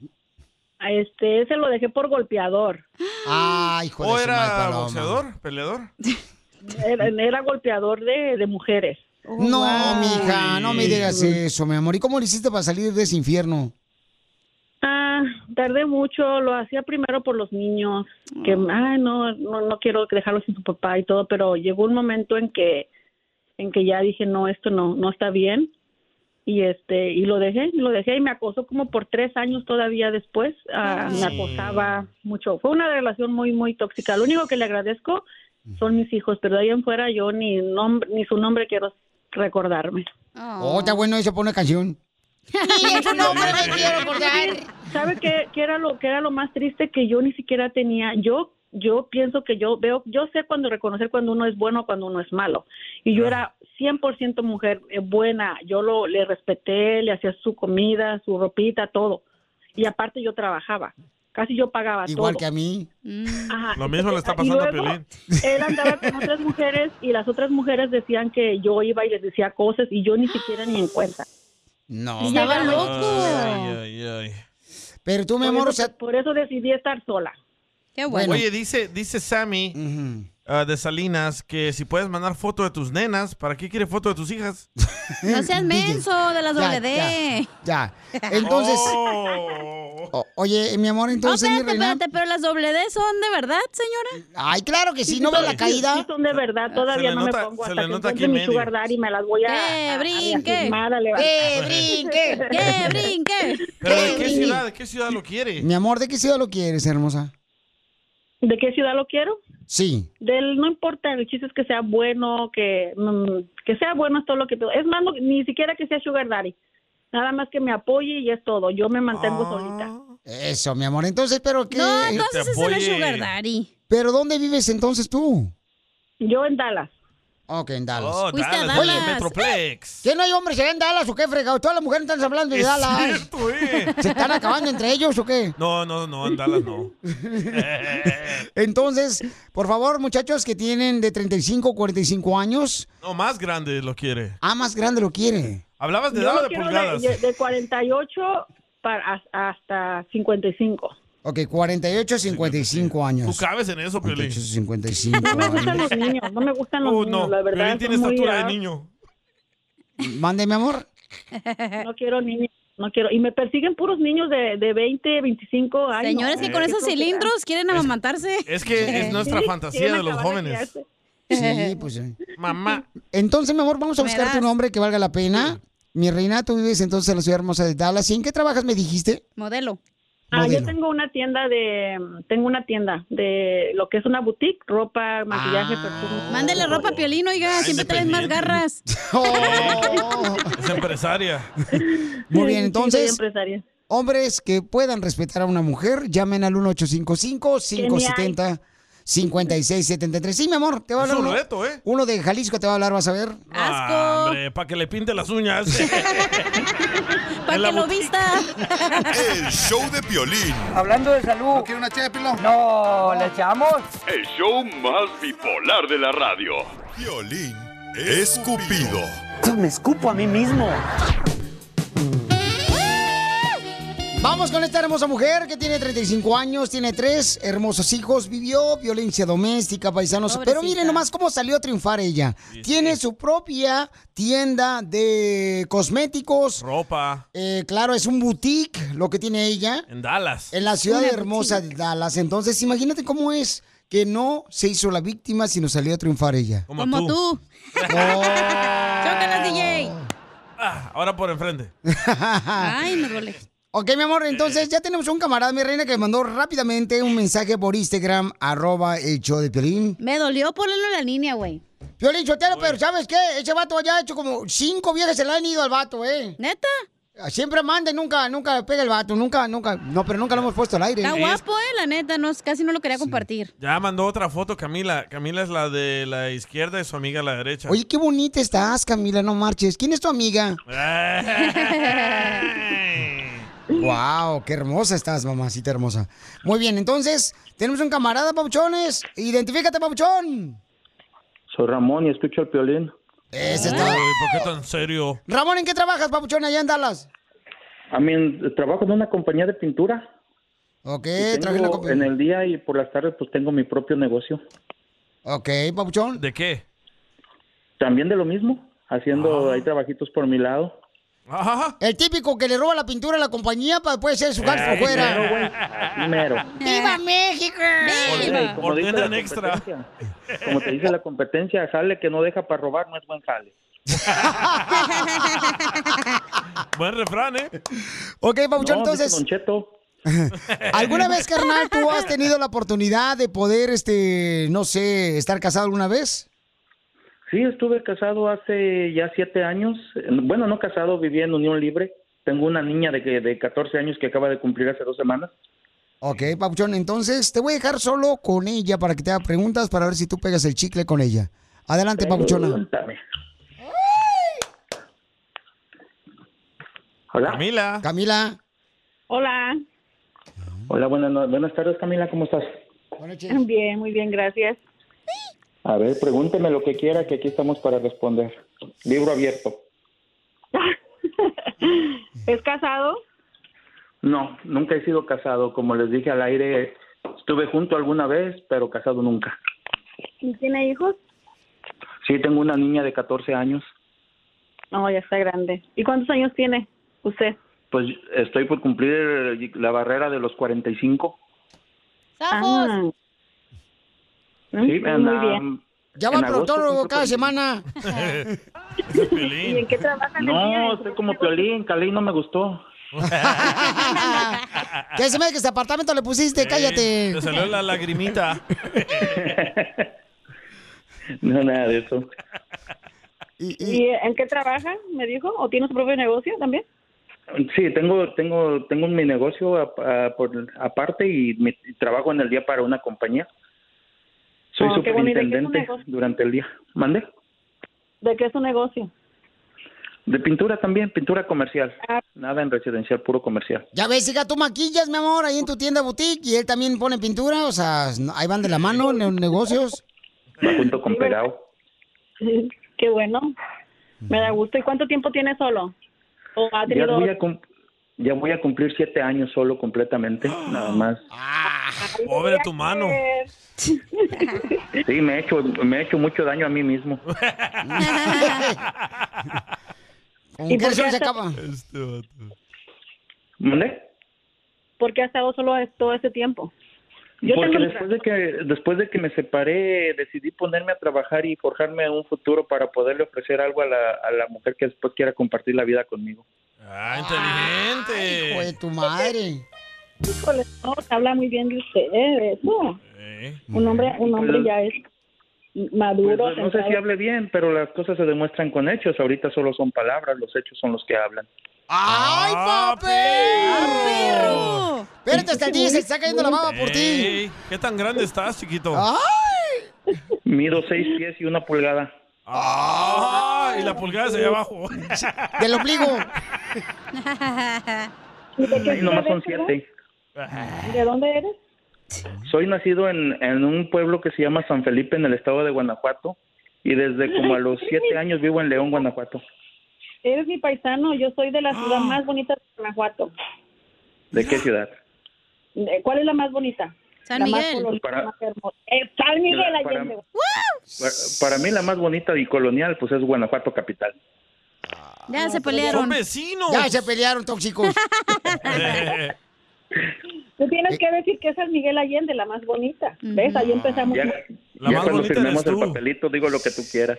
Se lo dejé por golpeador. Ay, hijo ¿O de su mal era paloma. boxeador, peleador? Era golpeador de mujeres. No, mija, no me digas eso, mi amor. ¿Y cómo le hiciste para salir de ese infierno? Tardé mucho, lo hacía primero por los niños, que no quiero dejarlos sin su papá y todo, pero llegó un momento en que ya dije, no, esto no está bien. Y lo dejé y me acosó como por 3 años todavía después. Me acosaba mucho. Fue una relación muy, muy tóxica. Lo único que le agradezco son mis hijos, pero de ahí en fuera yo ni su nombre quiero recordarme. Oh, está bueno eso, pone canción. Ni su nombre me quiero recordar. ¿Sabe qué era lo más triste? Que yo ni siquiera tenía, yo pienso que yo sé cuando reconocer cuando uno es bueno o cuando uno es malo. Y yo era 100% mujer buena. Yo le respeté, le hacía su comida, su ropita, todo. Y aparte yo trabajaba. Casi yo pagaba Igual todo. que a mí. Ajá. Lo mismo le está Y pasando a luego, Piolín. él andaba con otras mujeres y las otras mujeres decían que yo iba y les decía cosas y yo ni siquiera ni en cuenta. No. Estaba loco. Ay. Pero tú, mi amor, o sea... Por eso decidí estar sola. Qué bueno. Oye, dice Sammy de Salinas que si puedes mandar foto de tus nenas, ¿para qué quiere foto de tus hijas? No seas menso de las doble D. Ya. Entonces... oye, mi amor, entonces, mi reina... Espérate, pero las doble D son de verdad, señora. Ay, claro que sí, ¿no ves la caída? Sí, son de verdad, todavía no me pongo hasta que encuentre mi sugar daddy y me las voy a... ¡Que brinque! ¡Que brinque! ¡Que brinque! ¿Pero de qué ciudad lo quiere? Mi amor, ¿de qué ciudad lo quieres, hermosa? ¿De qué ciudad lo quiero? Sí. No importa, el chiste es que sea bueno, que sea bueno es todo lo que... Es más, ni siquiera que sea sugar daddy. Nada más que me apoye y es todo. Yo me mantengo solita. Eso, mi amor. Entonces, ¿pero qué? No, entonces ese no es sugar daddy. ¿Pero dónde vives entonces tú? Yo en Dallas. Ok, en Dallas. Oh, Fuiste a Dallas, Dallas. el Metroplex. ¿Que no hay hombres allá en Dallas o qué, fregado? Todas las mujeres están hablando de Es Dallas. cierto, ¿Se están acabando entre ellos o qué? No, en Dallas no. Entonces, por favor, muchachos que tienen de 35 a 45 años. No, más grande lo quiere. Ah, más grande lo quiere. ¿Hablabas de Yo edad o lo de quiero pulgadas? de 48 hasta 55. Ok, 48 a 55 años. ¿Tú cabes en eso, Piolín? 48 a 55 No me gustan los niños, no me gustan los niños, la verdad. Piolín tiene son muy estatura de altos. niño. Mande, mi amor. No quiero niños, no quiero. Y me persiguen puros niños de 20, 25 años. Señores que con esos cilindros quieren amamantarse. Es que es nuestra fantasía de los jóvenes. Sí, pues. Mamá. Entonces, mi amor, vamos a buscarte un hombre que valga la pena. Mi reina, tú vives entonces en la ciudad hermosa de Dallas. ¿Y en qué trabajas, me dijiste? Modelo. Yo tengo una tienda de lo que es una boutique, ropa, maquillaje, perfume. Mándele ropa a Piolín, oiga, siempre traes más garras. Es empresaria. Muy bien, entonces, Sí, soy empresaria. hombres que puedan respetar a una mujer, llamen al 1855-570-5673. Sí, mi amor, te va a hablar Es un uno. reto, ¿eh? Uno de Jalisco te va a hablar, vas a ver. ¡Asco! Hombre, para que le pinte las uñas. Para que lo vista. El show de Piolín. Hablando de salud. ¿No quiere una ché de pilón? No, ¿le echamos? El show más bipolar de la radio. Piolín escupido. Me escupo a mí mismo. Vamos con esta hermosa mujer que tiene 35 años, tiene 3 hermosos hijos, vivió violencia doméstica, paisanos. Pobrecita. Pero miren nomás cómo salió a triunfar ella. Tiene su propia tienda de cosméticos. Ropa. Claro, es un boutique lo que tiene ella. En Dallas. En la ciudad Una hermosa de Dallas. Entonces, imagínate cómo es que no se hizo la víctima, sino salió a triunfar ella. Como tú. Chócalas, DJ. Ahora por enfrente. Ay, me duele. Ok, mi amor, entonces ya tenemos un camarada, mi reina, que me mandó rápidamente un mensaje por Instagram, @el show de Piolín. Me dolió ponerlo en la línea, güey. Piolín Sotelo, pero ¿sabes qué? Ese vato ya ha hecho como 5 viejas se le han ido al vato, ¿eh? ¿Neta? Siempre manda y nunca pega el vato, nunca. No, pero nunca lo hemos puesto al aire. Está guapo, la neta. Casi no lo quería compartir. Ya mandó otra foto, Camila. Camila es la de la izquierda y su amiga la derecha. Oye, qué bonita estás, Camila, no marches. ¿Quién es tu amiga? Wow, qué hermosa estás, mamacita hermosa. Muy bien, entonces, tenemos un camarada, papuchones. Identifícate, papuchón. Soy Ramón y escucho el Piolín. Ese está. Uy, ¿por qué tan serio? Ramón, ¿en qué trabajas, papuchón, allá en Dallas? A mí trabajo en una compañía de pintura. Ok, Trabajo traje la compañía. en el día y por las tardes pues tengo mi propio negocio. Ok, papuchón. ¿De qué? También de lo mismo, haciendo ahí trabajitos por mi lado. El típico que le roba la pintura a la compañía para después hacer su gasto fuera. Primero. ¡Viva México! Como dice la competencia, como te dice la competencia, jale que no deja para robar, no es buen jale. Buen refrán, ¿eh? Ok, papuchón, No, entonces... dice Don Cheto. ¿Alguna vez, carnal, tú has tenido la oportunidad de poder, no sé, estar casado alguna vez? Sí, estuve casado hace ya 7 años. Bueno, no casado, vivía en unión libre. Tengo una niña de 14 años que acaba de cumplir hace 2 semanas. Ok, papuchón, entonces te voy a dejar solo con ella para que te haga preguntas para ver si tú pegas el chicle con ella. Adelante, papuchona. Pregúntame. Hola. Camila. Hola. Hola, buenas tardes, Camila, ¿cómo estás? Bien, muy bien, gracias. A ver, pregúnteme lo que quiera, que aquí estamos para responder. Libro abierto. ¿Es casado? No, nunca he sido casado. Como les dije al aire, estuve junto alguna vez, pero casado nunca. ¿Y tiene hijos? Sí, tengo una niña de 14 años. No, ya está grande. ¿Y cuántos años tiene usted? Pues estoy por cumplir la barrera de los 45. Ah. Sí, Muy bien. Ya va al proctólogo cada semana. ¿Y en qué trabaja en el día? No, estoy como Piolín. Calín no me gustó. ¿Qué se me que este apartamento le pusiste? Cállate. Te salió la lagrimita. No, nada de eso. ¿Y en qué trabaja, me dijo? ¿O tiene su propio negocio también? Sí, tengo mi negocio aparte y trabajo en el día para una compañía. Soy superintendente durante el día. ¿Mande? ¿De qué es su negocio? De pintura también, pintura comercial. Nada en residencial, puro comercial. Ya ves, hija, tú maquillas, mi amor, ahí en tu tienda boutique y él también pone pintura, o sea, ahí van de la mano en los negocios. Va junto con Pegao. Qué bueno. Me da gusto. ¿Y cuánto tiempo tiene solo? ¿O ha tenido... Ya voy a cumplir 7 años solo completamente, nada más. Pobre tu mano. Sí, me he hecho mucho daño a mí mismo. ¿Con qué se acaba? ¿Dónde? ¿Por qué ha estado solo todo ese tiempo? Porque después de que me separé, decidí ponerme a trabajar y forjarme un futuro para poderle ofrecer algo a la mujer que después quiera compartir la vida conmigo. ¡Ah, inteligente! ¡Hijo de tu madre! Híjole, no, habla muy bien de usted, eso. Un hombre ya es maduro. Pues, no sé si hable bien, pero las cosas se demuestran con hechos. Ahorita solo son palabras, los hechos son los que hablan. ¡Ay, papi! ¡Perro! Espérate, hasta el día se está cayendo la baba por ti. ¿Qué tan grande estás, chiquito? ¡Ay! Mido 6 pies y 1 pulgada. ¡Ah! Y la pulgada es allá abajo. Del ombligo. Ahí nomás son 7. ¿De dónde eres? Soy nacido en un pueblo que se llama San Felipe, en el estado de Guanajuato. Y desde como a los 7 años vivo en León, Guanajuato. Eres mi paisano, yo soy de la ciudad más bonita de Guanajuato. ¿De qué ciudad? ¿Cuál es la más bonita? San la Miguel. Más San Miguel Allende. Para mí la más bonita y colonial pues es Guanajuato capital. Ya se pelearon. Son vecinos. Ya se pelearon, tóxicos. Tú tienes que decir que es San Miguel Allende, la más bonita. ¿Ves? Ahí empezamos. Ya cuando firmemos el papelito digo lo que tú quieras.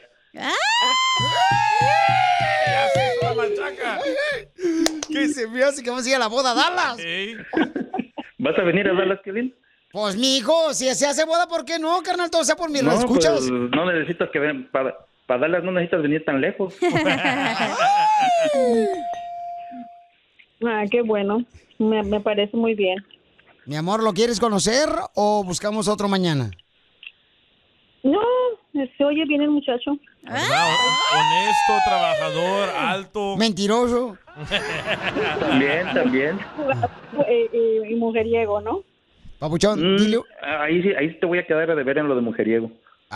¿Qué se me hace que vamos a ir a la boda a Dallas? ¿Vas a venir a Dallas, Piolín? Pues, mijo, si se hace boda, ¿por qué no, carnal? Todo sea por mis escuchas. Pues, no necesitas que ven para Dallas, no necesitas venir tan lejos. Qué bueno. Me parece muy bien. Mi amor, ¿lo quieres conocer o buscamos otro mañana? No, se oye bien el muchacho. Honesto, trabajador, alto. Mentiroso. También. Y mujeriego, ¿no? Papuchón, dile. Ahí te voy a quedar a deber en lo de mujeriego.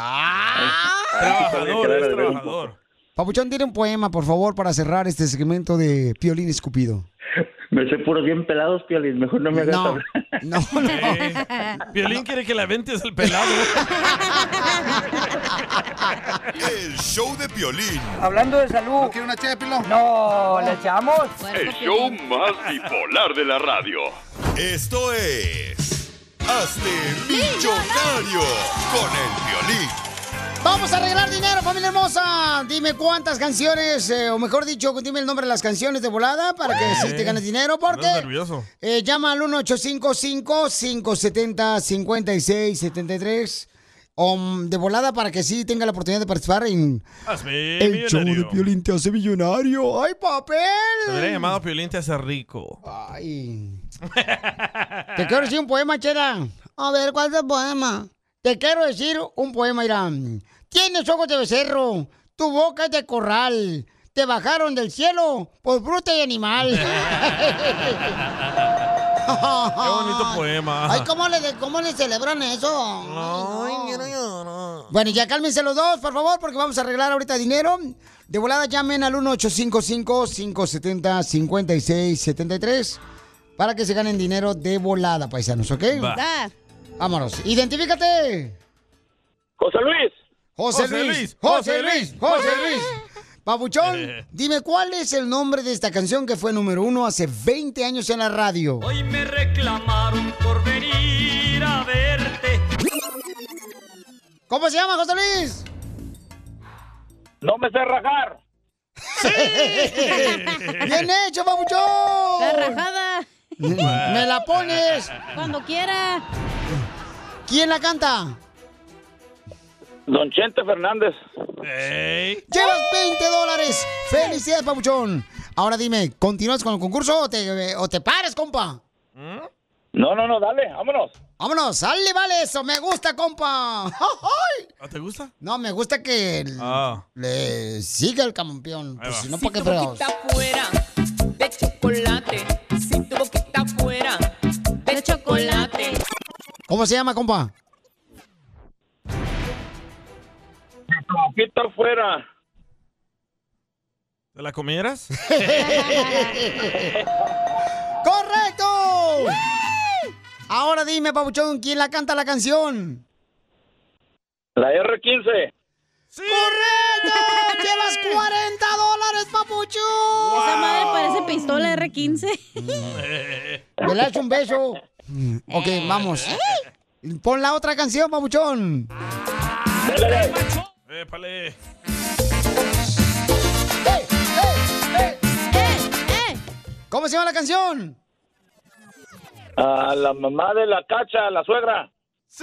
Trabajador. Papuchón, dile un poema, por favor, para cerrar este segmento de Piolín Escupido. Me sé puros bien pelados, Piolín. Mejor no me hagas hablar. No. Piolín quiere que le aventes el pelado. El show de Piolín. Hablando de salud. ¿No quiere una ché de pilón? No, ¿le echamos? El show más bipolar de la radio. Esto es... ¡Hazte millonario con el Piolín! Vamos a arreglar dinero, familia hermosa. Dime cuántas canciones, o mejor dicho, dime el nombre de las canciones de volada para que sí te ganes dinero, porque nervioso. Llama al 1-855-570-5673 de volada para que sí tenga la oportunidad de participar en el show de Piolín te hace millonario. ¡Ay, papel! Se hubiera llamado Piolín te hace rico. Ay. Te quiero decir un poema, Chela. A ver, ¿cuál es el poema? Te quiero decir un poema, Irán. Tienes ojos de becerro, tu boca es de corral. Te bajaron del cielo, pues bruta y animal. Qué bonito poema. Ay, ¿cómo le celebran eso? Ay, Bueno, ya cálmense los dos, por favor, porque vamos a arreglar ahorita dinero. De volada llamen al 1-855-570-5673 para que se ganen dinero de volada, paisanos, ¿ok? Va. Vámonos. Identifícate. José Luis. José Luis. Papuchón, dime cuál es el nombre de esta canción que fue número 1 hace 20 años en la radio. Hoy me reclamaron por venir a verte. ¿Cómo se llama, José Luis? No me sé rajar. ¡Bien hecho, papuchón! La rajada. Me la pones. Cuando quiera. ¿Quién la canta? Don Chente Fernández. ¡Llevas $20! ¡Felicidades, papuchón! Ahora dime, ¿continúas con el concurso o te pares, compa? No, dale, vámonos. ¡Vámonos! ¡Sale, vale eso! ¡Me gusta, compa! ¿Te gusta? No, me gusta que le siga el campeón. Pues si no, ¿para qué fregados? Fuera de chocolate. Si tu boquita fuera de chocolate. ¿Cómo se llama, compa? Tu boquita fuera. ¿Te la comieras? ¡Correcto! Ahora dime, papuchón, ¿quién la canta la canción? La R15. ¡Sí! ¡Correcto! ¡Llevas $40, papuchón! Esa madre parece pistola R15. Me le echo un beso. Ok, vamos. Pon la otra canción, papuchón. ¡Épale! ¿Cómo se llama la canción? A la mamá de la Cacha, la suegra. ¡Sí!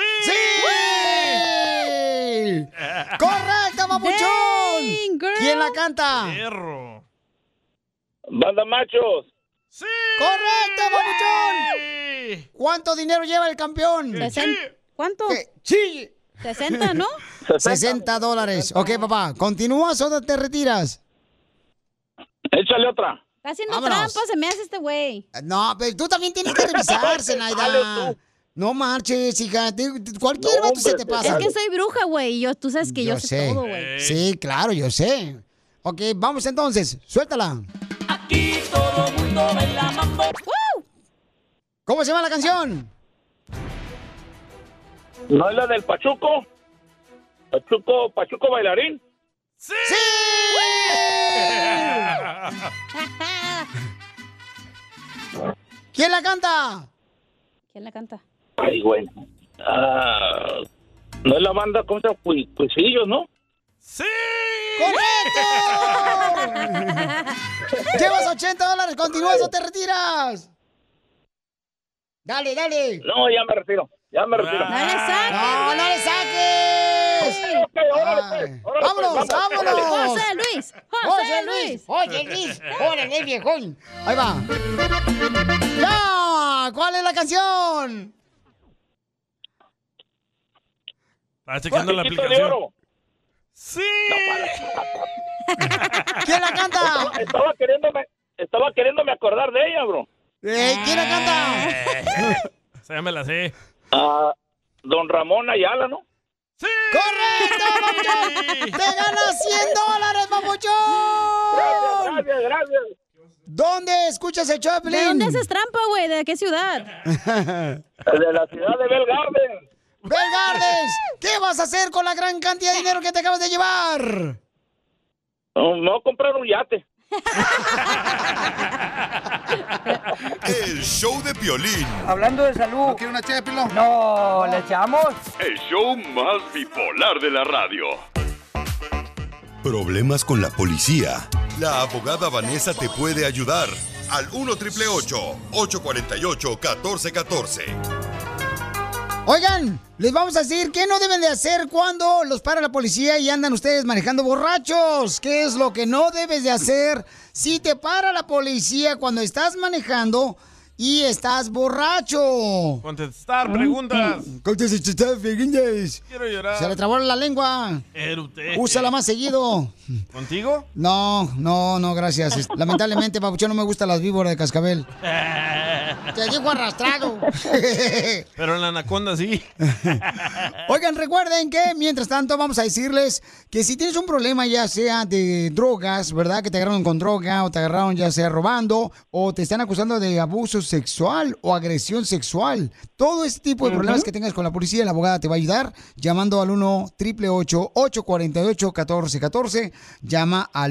¡Correcto, papuchón! ¿Quién la canta? Perro. Banda Machos. ¡Sí! ¡Correcto, papuchón! ¿Cuánto dinero lleva el campeón? ¿Cuánto? Sí. 60, ¿no? $60. Ok, papá. ¿Continúas o te retiras? Échale otra. Está haciendo Vámonos. trampa, se me hace este güey. No, pero tú también tienes que revisar, Zenaida. No marches, hija. Cualquier vato se te pasa. Es que soy bruja, güey. Tú sabes que yo sé todo, güey. Sí, claro, yo sé. Ok, vamos entonces. Suéltala. Aquí todo mundo baila mambo. ¿Cómo se llama la canción? ¿No es la del Pachuco? ¿Pachuco bailarín? ¡Sí! ¿Quién la canta? ¿Quién la canta? Ay, güey. ¿No es la banda, cómo se llama? Cuisillos, ¿no? ¡Sí! ¡Correcto! Llevas $80. ¿Continúas o te retiras? Dale. No, ya me retiro. ¡No le saques! Órale, ¡Vámonos! José Luis. ¡Órale, viejón! Ahí va. ¡Ya! ¿Cuál es la canción? Está checando la aplicación. ¡Sí! ¿Quién la canta? Estaba queriéndome acordar de ella, bro. ¿Quién la canta? Ya me la sé. Don Ramón Ayala, ¿no? ¡Sí! ¡Correcto, papuchón! ¡Te ganas $100, papuchón! Gracias. ¿Dónde escuchas el Choplin? ¿De dónde haces trampa, güey? ¿De qué ciudad? De la ciudad de Bell Gardens. Bell Gardens, ¿qué vas a hacer con la gran cantidad de dinero que te acabas de llevar? No, comprar un yate. El show de Piolín. Hablando de salud. ¿No quiere una ché de pilón? No, ¿le echamos? El show más bipolar de la radio. Problemas con la policía. La abogada Vanessa te puede ayudar. Al 1-888-848-1414. Oigan, les vamos a decir qué no deben de hacer cuando los para la policía y andan ustedes manejando borrachos. ¿Qué es lo que no debes de hacer si te para la policía cuando estás manejando y estás borracho? Contestar preguntas. Contestar preguntas. Quiero llorar. Se le trabó la lengua. Erute. Úsala más seguido. ¿Contigo? No, gracias. Lamentablemente, papuchón, no me gustan las víboras de cascabel. Te digo arrastrado. Pero en la anaconda sí. Oigan, recuerden que mientras tanto vamos a decirles que si tienes un problema ya sea de drogas, ¿verdad? Que te agarraron con droga o te agarraron ya sea robando o te están acusando de abuso sexual o agresión sexual. Todo este tipo de problemas que tengas con la policía, la abogada te va a ayudar llamando al 1-888-848-1414. Llama al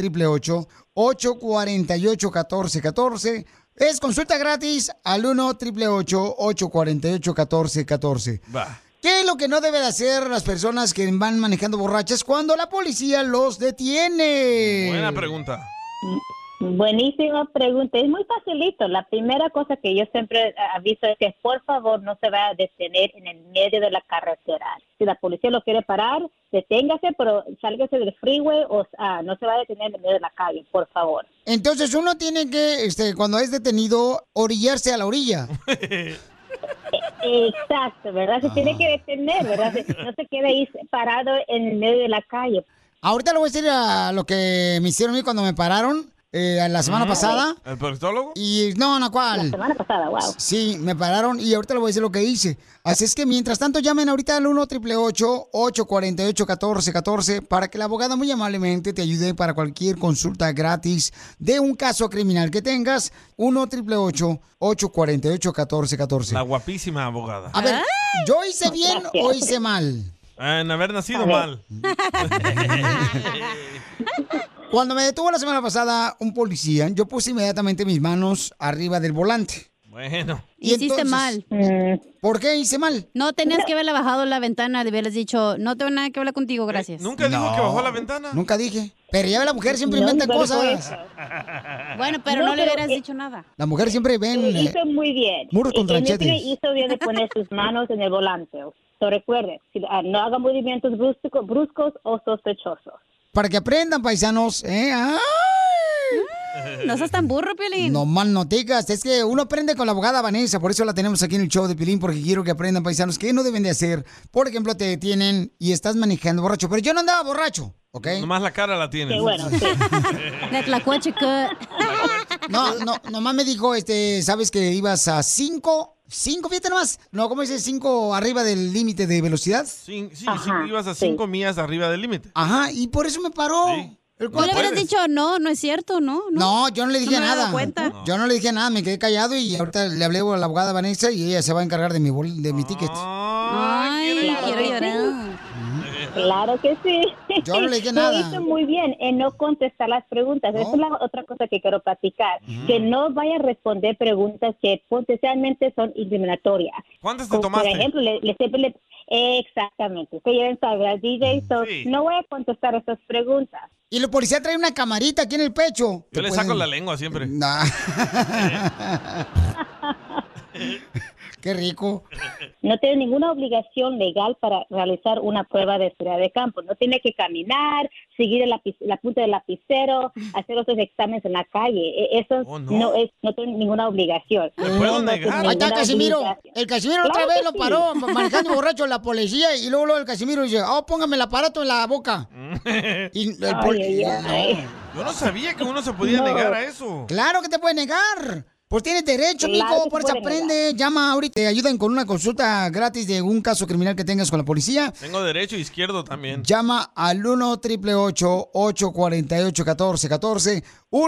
1-888-848-1414. Es consulta gratis al 1-888-848-1414. Va. ¿Qué es lo que no debe de hacer las personas que van manejando borrachas cuando la policía los detiene? Buena pregunta. Buenísima pregunta. Es muy facilito. La primera cosa que yo siempre aviso es que por favor no se va a detener en el medio de la carretera. Si la policía lo quiere parar, deténgase, pero sálgase del freeway o no se va a detener en el medio de la calle, por favor. Entonces uno tiene que, cuando es detenido, orillarse a la orilla. Exacto, ¿verdad? Se tiene que detener, ¿verdad? No se quede ahí parado en el medio de la calle. Ahorita le voy a decir a lo que me hicieron a mí cuando me pararon. La semana pasada. ¿El proctólogo? Y no, ¿cuál? La semana pasada, wow. Sí, me pararon y ahorita le voy a decir lo que hice. Así es que mientras tanto llamen ahorita al 1-888-848-1414 para que la abogada muy amablemente te ayude para cualquier consulta gratis de un caso criminal que tengas. 1-888-848-1414. La guapísima abogada. A ver, ¿yo hice bien o hice mal? En haber nacido mal. Cuando me detuvo la semana pasada un policía, yo puse inmediatamente mis manos arriba del volante. Bueno. Hiciste mal. ¿Por qué hice mal? No tenías que haberle bajado la ventana, le hubieras dicho, no tengo nada que hablar contigo, gracias. ¿Nunca dijo que bajó la ventana? Nunca dije. Pero ya la mujer siempre inventa cosas. Bueno, pero no le hubieras dicho nada. La mujer siempre ven... hizo muy bien. Muros con tranchetes. Hizo bien de poner sus manos en el volante. So, recuerde, no haga movimientos bruscos o sospechosos. Para que aprendan, paisanos, ¿eh? ¡Ay! No seas tan burro, Piolín. No más noticas. Es que uno aprende con la abogada Vanessa. Por eso la tenemos aquí en el show de Piolín. Porque quiero que aprendan, paisanos, qué no deben de hacer. Por ejemplo, te detienen y estás manejando borracho. Pero yo no andaba borracho, ¿ok? Nomás la cara la tienes. Qué bueno, sí. Nomás me dijo, ¿sabes que ibas a 5, fíjate nomás? No, ¿cómo dices? 5 arriba del límite de velocidad. Sí, ibas a 5 millas arriba del límite. Ajá, y por eso me paró. Sí. ¿Tú le hubieras dicho no es cierto, no? No, yo no le dije nada. No. Yo no le dije nada, me quedé callado y ahorita le hablé a la abogada Vanessa y ella se va a encargar de mi ticket. Ay, quiero llorar. Claro que sí. Yo no le dije nada. Lo hizo muy bien en no contestar las preguntas. Esa es la otra cosa que quiero platicar. Que no vaya a responder preguntas que potencialmente son discriminatorias. ¿Cuántas te tomaste? Por ejemplo, exactamente. Usted ya sabe, al DJ, no voy a contestar esas preguntas. Y los policías traen una camarita aquí en el pecho. Yo le saco la lengua siempre. Nah. Qué rico. No tiene ninguna obligación legal para realizar una prueba de seguridad de campo. No tiene que caminar, seguir la punta del lapicero, hacer otros exámenes en la calle. Eso no tiene ninguna obligación. ¿Me puedo negar? Ahí está Casimiro. El Casimiro otra vez lo paró manejando borracho la policía y luego el Casimiro dice, póngame el aparato en la boca. Y Yo no sabía que uno se podía negar a eso. Claro que te puede negar. Pues tienes derecho, mijo, por eso aprende. Llama ahorita, te ayudan con una consulta gratis de un caso criminal que tengas con la policía. Tengo derecho e izquierdo también. Llama al 1-888-848-1414.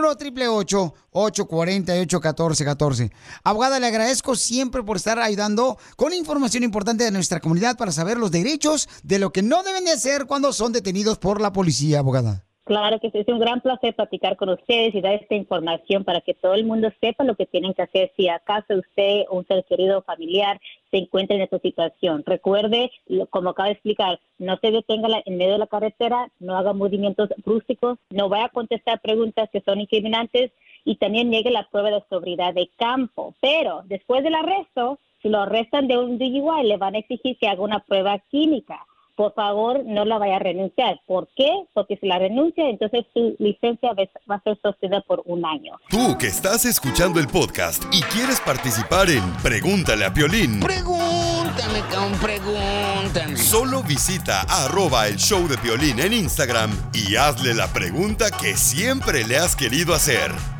1-888-848-1414. Abogada, le agradezco siempre por estar ayudando con información importante de nuestra comunidad para saber los derechos de lo que no deben de hacer cuando son detenidos por la policía, abogada. Claro que sí, es un gran placer platicar con ustedes y dar esta información para que todo el mundo sepa lo que tienen que hacer si acaso usted o un ser querido o familiar se encuentra en esta situación. Recuerde, como acabo de explicar, no se detenga en medio de la carretera, no haga movimientos bruscos, no vaya a contestar preguntas que son incriminantes y también niegue la prueba de sobriedad de campo. Pero después del arresto, si lo arrestan de un DUI, le van a exigir que haga una prueba química. Por favor, no la vaya a renunciar. ¿Por qué? Porque si la renuncia, entonces su licencia va a ser sostenida por 1 año. Tú que estás escuchando el podcast y quieres participar en Pregúntale a Piolín. Pregúntame, pregúntame. Solo visita @el show de Piolín en Instagram y hazle la pregunta que siempre le has querido hacer.